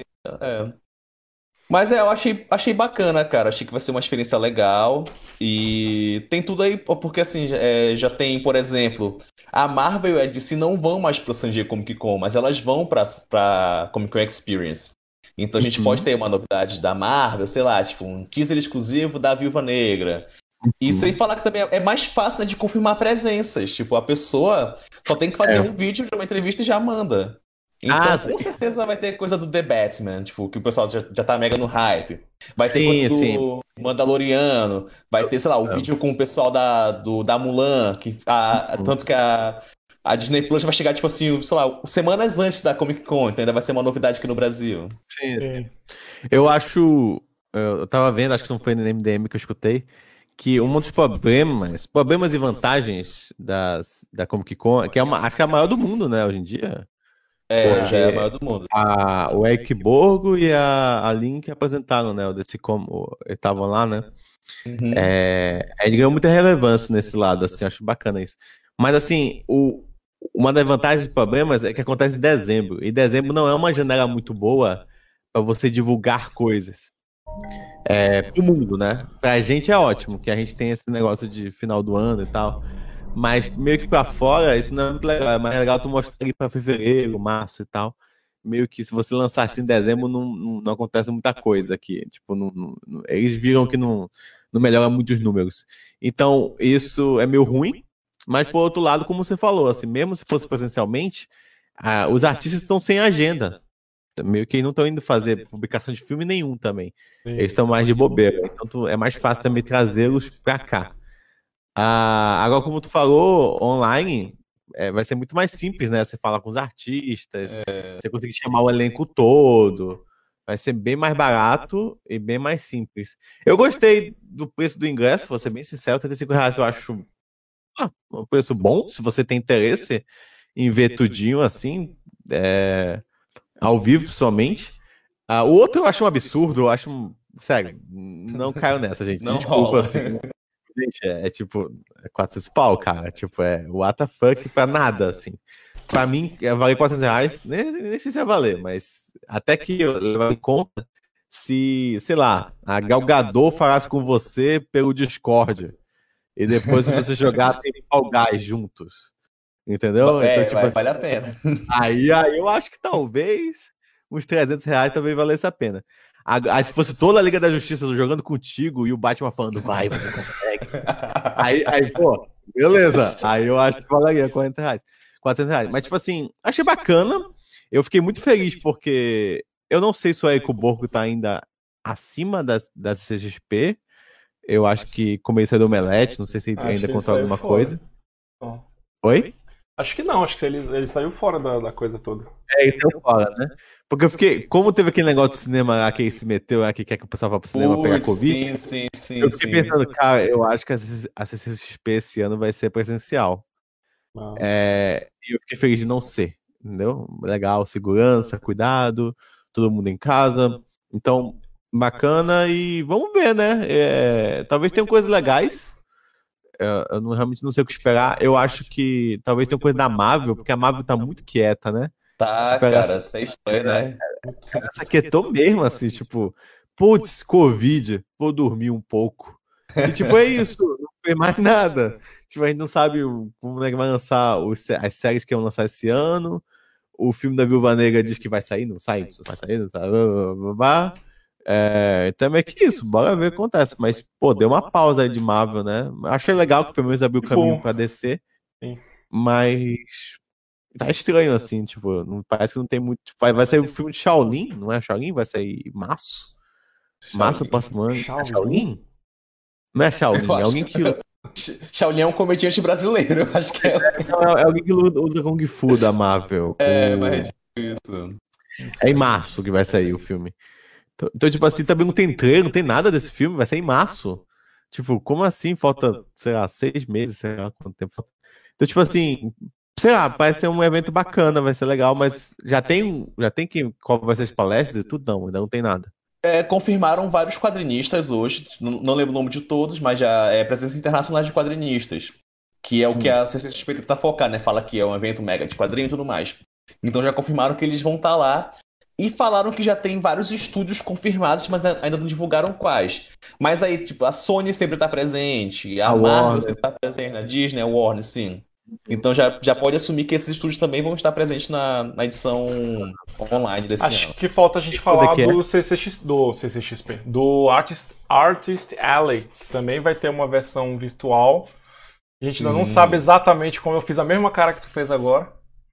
Mas eu achei bacana, cara. Achei que vai ser uma experiência legal. E tem tudo aí, porque assim, já tem, por exemplo, a Marvel e a DC não vão mais pro San Diego Comic Con, mas elas vão pra Comic Con Experience. Então a gente pode ter uma novidade da Marvel, sei lá, tipo um teaser exclusivo da Viúva Negra. E sem falar que também é mais fácil, né, de confirmar presenças. Tipo, a pessoa só tem que fazer um vídeo de uma entrevista e já manda. Então, com certeza vai ter coisa do The Batman, tipo, que o pessoal já tá mega no hype. Vai ter coisa do Mandaloriano, vai ter, sei lá, o vídeo com o pessoal da Mulan, tanto que a Disney Plus vai chegar, tipo assim, sei lá, semanas antes da Comic Con, então ainda vai ser uma novidade aqui no Brasil. Sim. Eu acho, eu tava vendo, acho que não foi no MDM que eu escutei, que um dos problemas e vantagens da Comic Con, que acho que é a maior do mundo, né, hoje em dia. Já é a maior do mundo. O Eric Borgo e a Link apresentaram, né? Eles estavam lá, né? Ele ganhou muita relevância nesse lado, assim, acho bacana isso. Mas, assim, uma das vantagens e problemas é que acontece em dezembro. E dezembro não é uma janela muito boa para você divulgar coisas. Pro mundo, né? Pra gente é ótimo, que a gente tem esse negócio de final do ano e tal. Mas meio que pra fora, isso não é muito legal. É mais legal tu mostrar aqui pra fevereiro, março e tal. Meio que se você lançar assim em dezembro, não acontece muita coisa aqui. Tipo, eles viram que não melhora muito os números. Então, isso é meio ruim. Mas, por outro lado, como você falou, assim, mesmo se fosse presencialmente, os artistas estão sem agenda. Meio que não estão indo fazer publicação de filme nenhum também. Eles estão mais de bobeira. Então, é mais fácil também trazê-los pra cá. Agora, como tu falou, online vai ser muito mais simples, né? Você fala com os artistas, você consegue chamar o elenco todo, vai ser bem mais barato e bem mais simples. Eu gostei do preço do ingresso, vou ser bem sincero, R$35 eu acho um preço bom, se você tem interesse em ver tudinho assim, ao vivo somente. O outro eu acho um absurdo, eu acho sério, não caio nessa, gente. Não desculpa, rola. assim. Gente, tipo, 400 pau, cara. Tipo, what the fuck pra nada, assim. Pra mim, valer R$400, nem sei se vai valer, mas até que eu levar em conta se, sei lá, a Gal Gadot falasse com você pelo Discord e depois você jogar tem Fall Guys juntos. Entendeu? Então, tipo, vale a pena. Aí eu acho que talvez uns R$300 também valesse a pena. Aí, se fosse toda a Liga da Justiça jogando contigo e o Batman falando, vai, você consegue. Aí, pô, beleza. Aí eu acho que valeria R$400. Mas, tipo assim, achei bacana. Eu fiquei muito feliz porque eu não sei se o Érico Borgo tá ainda acima da CXP. Eu acho que como ele saiu do Omelete, não sei se ele ainda contou alguma coisa. Oi? Acho que não, acho que ele saiu fora da coisa toda. Ele saiu fora, né? Porque eu fiquei, como teve aquele negócio de cinema lá que ele se meteu, que quer que o pessoal vá pro cinema pegar Covid. Sim. Eu fiquei pensando, cara, eu acho que a CCXP esse ano vai ser presencial. E eu fiquei feliz de não ser, entendeu? Legal, segurança, cuidado, todo mundo em casa. Então, bacana e vamos ver, né? Talvez tenham coisas legais. Eu realmente não sei o que esperar. Eu acho que talvez tenha coisa da Marvel, porque a Marvel tá muito quieta, né? Tá, cara, tá estranho, né? Essa quietou mesmo, assim, tipo, putz, Covid, vou dormir um pouco. E tipo, é isso, não fez mais nada. Tipo, a gente não sabe como é que vai lançar as séries que vão lançar esse ano. O filme da Viúva Negra diz que vai sair, não sai, vai sair, não sai, então é que isso, bora ver o que acontece. Mas, pô, deu uma pausa aí de Marvel, né? Achei legal que pelo menos abriu o caminho pra descer. Mas tá estranho, assim, tipo, não, parece que não tem muito. Vai sair o filme de Shaolin, não é Shaolin? Vai sair em março? Março do próximo ano. É Shaolin? Não é Shaolin, é alguém que. Shaolin é um comediante brasileiro, eu acho que é. É alguém que usa Kung Fu da Marvel. Mas isso. É em março que vai sair o filme. Então, tipo assim, também não tem trailer, não tem nada desse filme, vai sair em março. Tipo, como assim? Falta, sei lá, 6 meses, sei lá quanto tempo. Então, tipo assim, sei lá, parece ser um evento bacana, vai ser legal, mas já tem qual vai ser as palestras e tudo? Não, ainda não tem nada. Confirmaram vários quadrinistas hoje, não lembro o nome de todos, mas já é presença internacional de quadrinistas, que é o que a CCXP tenta focar, né? Fala que é um evento mega de quadrinho e tudo mais. Então já confirmaram que eles vão estar lá e falaram que já tem vários estúdios confirmados, mas ainda não divulgaram quais. Mas aí, tipo, a Sony sempre está presente, a Marvel sempre está presente, a Disney, a Warner, sim. Então já pode assumir que esses estúdios também vão estar presentes na edição online desse ano. Acho que falta a gente falar do CCXP, do Artist Alley, que também vai ter uma versão virtual. A gente ainda não sabe exatamente como. Eu fiz a mesma cara que tu fez agora.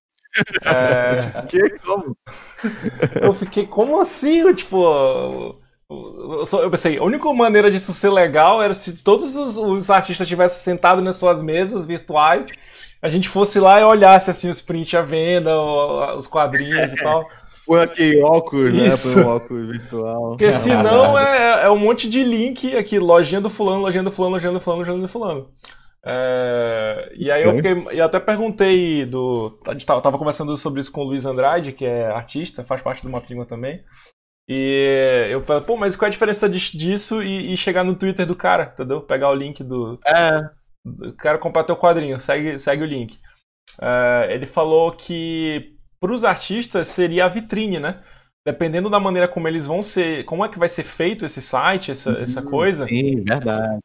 Como? Eu fiquei, como assim? Tipo, eu pensei, a única maneira disso ser legal era se todos os artistas tivessem sentado nas suas mesas virtuais, a gente fosse lá e olhasse assim os prints à venda, os quadrinhos e tal. Põe aqui óculos, né? Põe um óculos virtual. Porque senão é um monte de link aqui, lojinha do fulano, lojinha do fulano, lojinha do fulano, lojinha do fulano. E aí eu até perguntei eu tava conversando sobre isso com o Luiz Andrade, que é artista, faz parte do Mapinguá também. E eu falei, pô, mas qual é a diferença disso e chegar no Twitter do cara, entendeu? Pegar o link do cara, comprar teu quadrinho, segue o link. Ele falou que pros artistas seria a vitrine, né? Dependendo da maneira como eles vão ser, como é que vai ser feito esse site, essa coisa. Sim, verdade.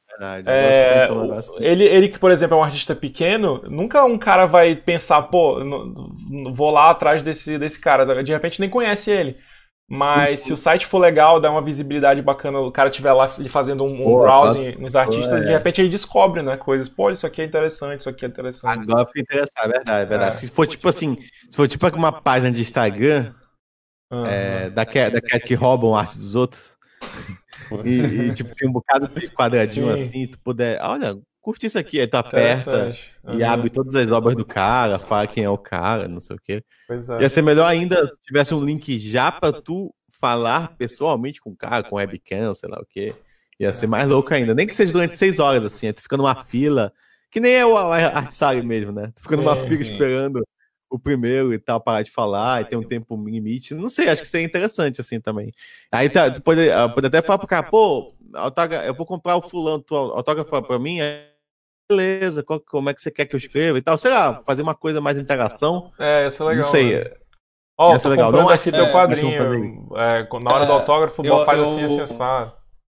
Ele que, por exemplo, é um artista pequeno, nunca um cara vai pensar, pô, vou lá atrás desse cara. De repente nem conhece ele. Mas se o site for legal, der uma visibilidade bacana, o cara estiver lá fazendo um browsing nos artistas, de repente ele descobre, né, coisas. Pô, isso aqui é interessante, isso aqui é interessante. Agora fica interessado, verdade. Se for tipo assim, uma página de Instagram, daquelas que roubam a arte dos outros, e tipo, tem um bocado de quadradinho assim, tu puder, olha, curte isso aqui, aí tu aperta e abre todas as obras do cara, fala quem é o cara, não sei o quê. Ia ser melhor ainda se tivesse um link já pra tu falar pessoalmente com o cara, com webcam, sei lá o quê. Ia ser mais louco ainda. Nem que seja durante 6 horas, assim, aí tu fica numa fila, que nem é o Artsari mesmo, né? Tu fica numa fila esperando o primeiro e tal, parar de falar, e tem um tempo limite. Não sei, acho que seria interessante, assim, também. Aí tu pode até falar pro cara, pô, eu vou comprar o fulano, tu autógrafo pra mim, beleza, como é que você quer que eu escreva e tal, sei lá, fazer uma coisa mais interação. Isso é legal. Não sei. Isso é legal. Não aqui teu quadrinho. Na hora do autógrafo, faz assim, assado.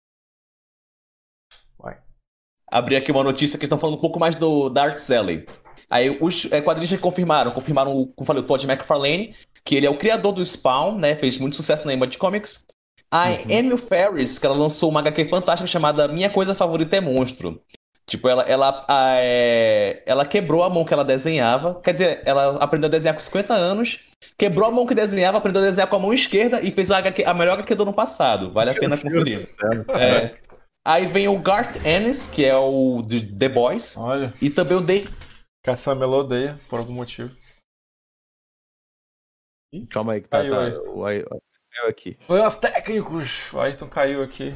Vai. Abri aqui uma notícia que estão falando um pouco mais da Art Alley. Aí os quadrinistas confirmaram, como eu falei, o Todd McFarlane, que ele é o criador do Spawn, né? Fez muito sucesso na Image Comics. A Emil Ferris, que ela lançou uma HQ fantástica chamada Minha Coisa Favorita é Monstro. Tipo, ela quebrou a mão que ela desenhava. Quer dizer, ela aprendeu a desenhar com 50 anos, quebrou a mão que desenhava, aprendeu a desenhar com a mão esquerda e fez a melhor HQ do ano passado. Vale a pena conferir. Aí vem o Garth Ennis, que é o de The Boys. Olha. E também o Dave. Que a Sam ela odeia, por algum motivo. Calma aí, que tá aqui. Foi os técnicos. O Ayrton caiu aqui.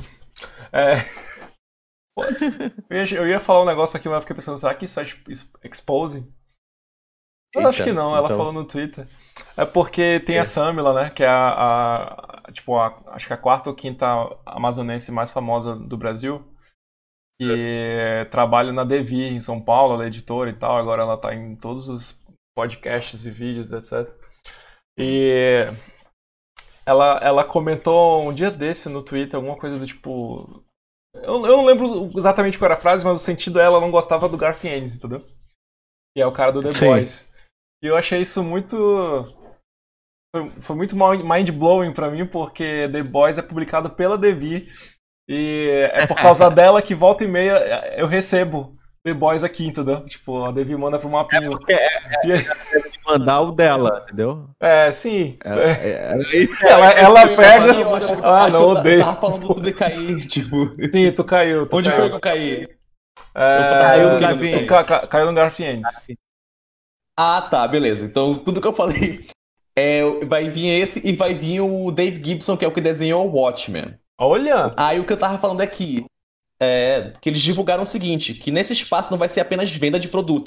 Eu ia falar um negócio aqui, mas eu fiquei pensando, será que isso é exposing? Eu acho que não, ela falou no Twitter. É porque tem a Samila, né? Que é acho que a quarta ou quinta amazonense mais famosa do Brasil. Que trabalha na Devi, em São Paulo, ela é editora e tal. Agora ela tá em todos os podcasts e vídeos, etc. E ela comentou um dia desse no Twitter alguma coisa do tipo... Eu não lembro exatamente qual era a frase, mas o sentido é ela não gostava do Garth Ennis, entendeu? Que é o cara do The Boys. E eu achei isso muito... Foi muito mind-blowing pra mim, porque The Boys é publicado pela Devi. E é por causa dela que volta e meia eu recebo The Boys aqui, entendeu? Tipo, a Devi manda pro Mapinguá. Deve mandar o dela, entendeu? Sim. Ela pega... não, odeio. Eu tava falando tudo de cair, tipo... Sim, tu caiu. Onde foi que eu caí? Caiu no Garth Ennis. Caiu no Garth Ennis. Ah, tá, beleza. Então, tudo que eu falei vai vir esse e vai vir o Dave Gibson, que é o que desenhou o Watchmen. Olha! Aí o que eu tava falando aqui que eles divulgaram o seguinte, que nesse espaço não vai ser apenas venda de produtos,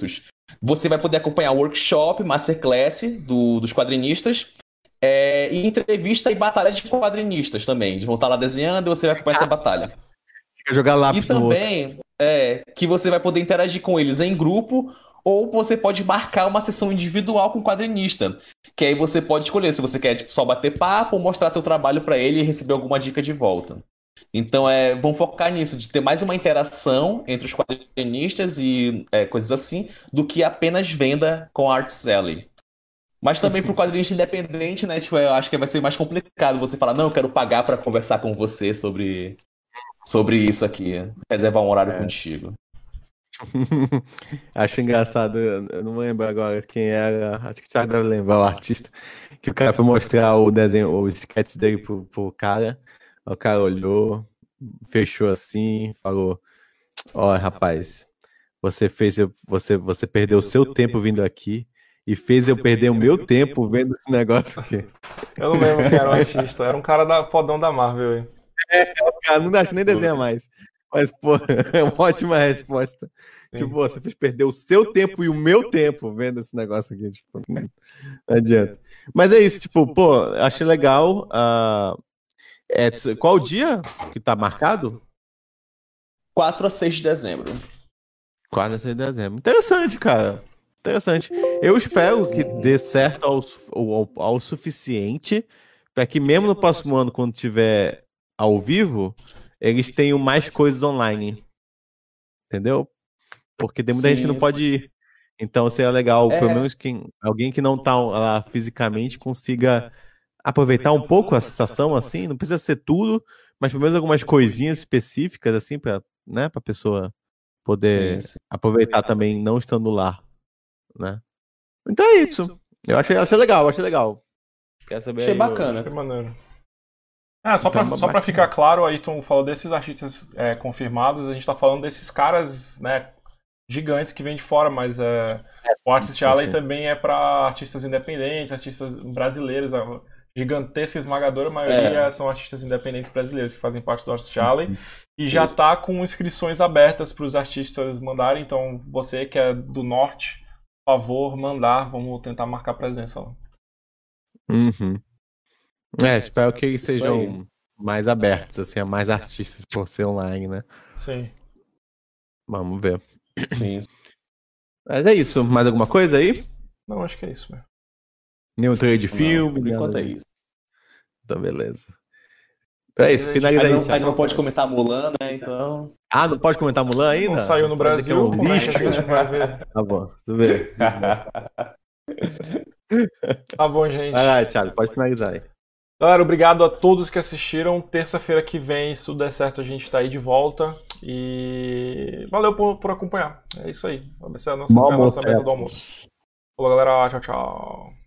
Você vai poder acompanhar workshop, masterclass dos quadrinistas, e entrevista e batalha de quadrinistas também. Eles vão estar lá desenhando e você vai acompanhar essa batalha. Fica jogar lápis e também que você vai poder interagir com eles em grupo, ou você pode marcar uma sessão individual com o quadrinista. Que aí você pode escolher se você quer só bater papo ou mostrar seu trabalho para ele e receber alguma dica de volta. Então, vamos focar nisso, de ter mais uma interação entre os quadrinistas e coisas assim, do que apenas venda com art selling. Mas também pro quadrinista independente, né? Tipo, eu acho que vai ser mais complicado você falar, não, eu quero pagar para conversar com você sobre isso aqui. Reservar um horário contigo. Acho engraçado, eu não lembro agora quem era, acho que o Thiago deve lembrar o artista, que o cara foi mostrar o desenho, os sketches dele pro cara, o cara olhou, fechou assim, falou, ó, rapaz, você perdeu o seu tempo vindo aqui e fez eu perder o meu tempo vendo esse negócio aqui. Eu não lembro quem era o artista, era um cara fodão da Marvel aí. O cara não acho nem desenha mais. Mas, pô, é uma ótima resposta. Sim. Tipo, você fez perder o seu tempo e o meu tempo vendo esse negócio aqui. Tipo, não adianta. Mas é isso, tipo, pô, achei legal. Qual o dia que tá marcado? 4 a 6 de dezembro. 4 a 6 de dezembro. Interessante, cara. Interessante. Eu espero que dê certo ao suficiente para que mesmo no próximo ano, quando tiver ao vivo, eles tenham mais coisas online. Entendeu? Porque tem muita gente que não pode ir. Então seria legal, pelo menos alguém que não tá lá fisicamente consiga aproveitar um pouco a sensação, assim. Não precisa ser tudo, mas pelo menos algumas coisinhas específicas, assim, pra pessoa poder aproveitar também, não estando lá, né? Então é isso. Eu achei legal, Quer saber achei bacana. Que maneiro. Só pra ficar claro, o Ayrton falou desses artistas confirmados, a gente tá falando desses caras, né, gigantes que vêm de fora, mas o Artist Alley também é para artistas independentes, artistas brasileiros, a gigantesca esmagadora maioria são artistas independentes brasileiros que fazem parte do Artist Alley, e já tá com inscrições abertas para os artistas mandarem, então você que é do norte, por favor, mandar, vamos tentar marcar presença lá. Uhum. Espero que eles sejam mais abertos, assim, a mais artistas por ser online, né? Sim. Vamos ver. Sim. Mas é isso. Mais alguma coisa aí? Não, acho que é isso mesmo. Nenhum trailer de filme? Por enquanto é isso. Então, beleza. Então é isso, finaliza aí. Ainda não pode comentar Mulan, né? Então. Ah, não pode comentar Mulan ainda? Não saiu no Brasil, como lixo. A gente vai ver. Tá bom, tudo bem. Tá bom, gente. Vai lá, Thiago, pode finalizar aí. Galera, obrigado a todos que assistiram. Terça-feira que vem, se tudo der certo, a gente tá aí de volta. E valeu por acompanhar. É isso aí. Vai ser a nossa mesa do almoço. Falou, galera. Tchau, tchau.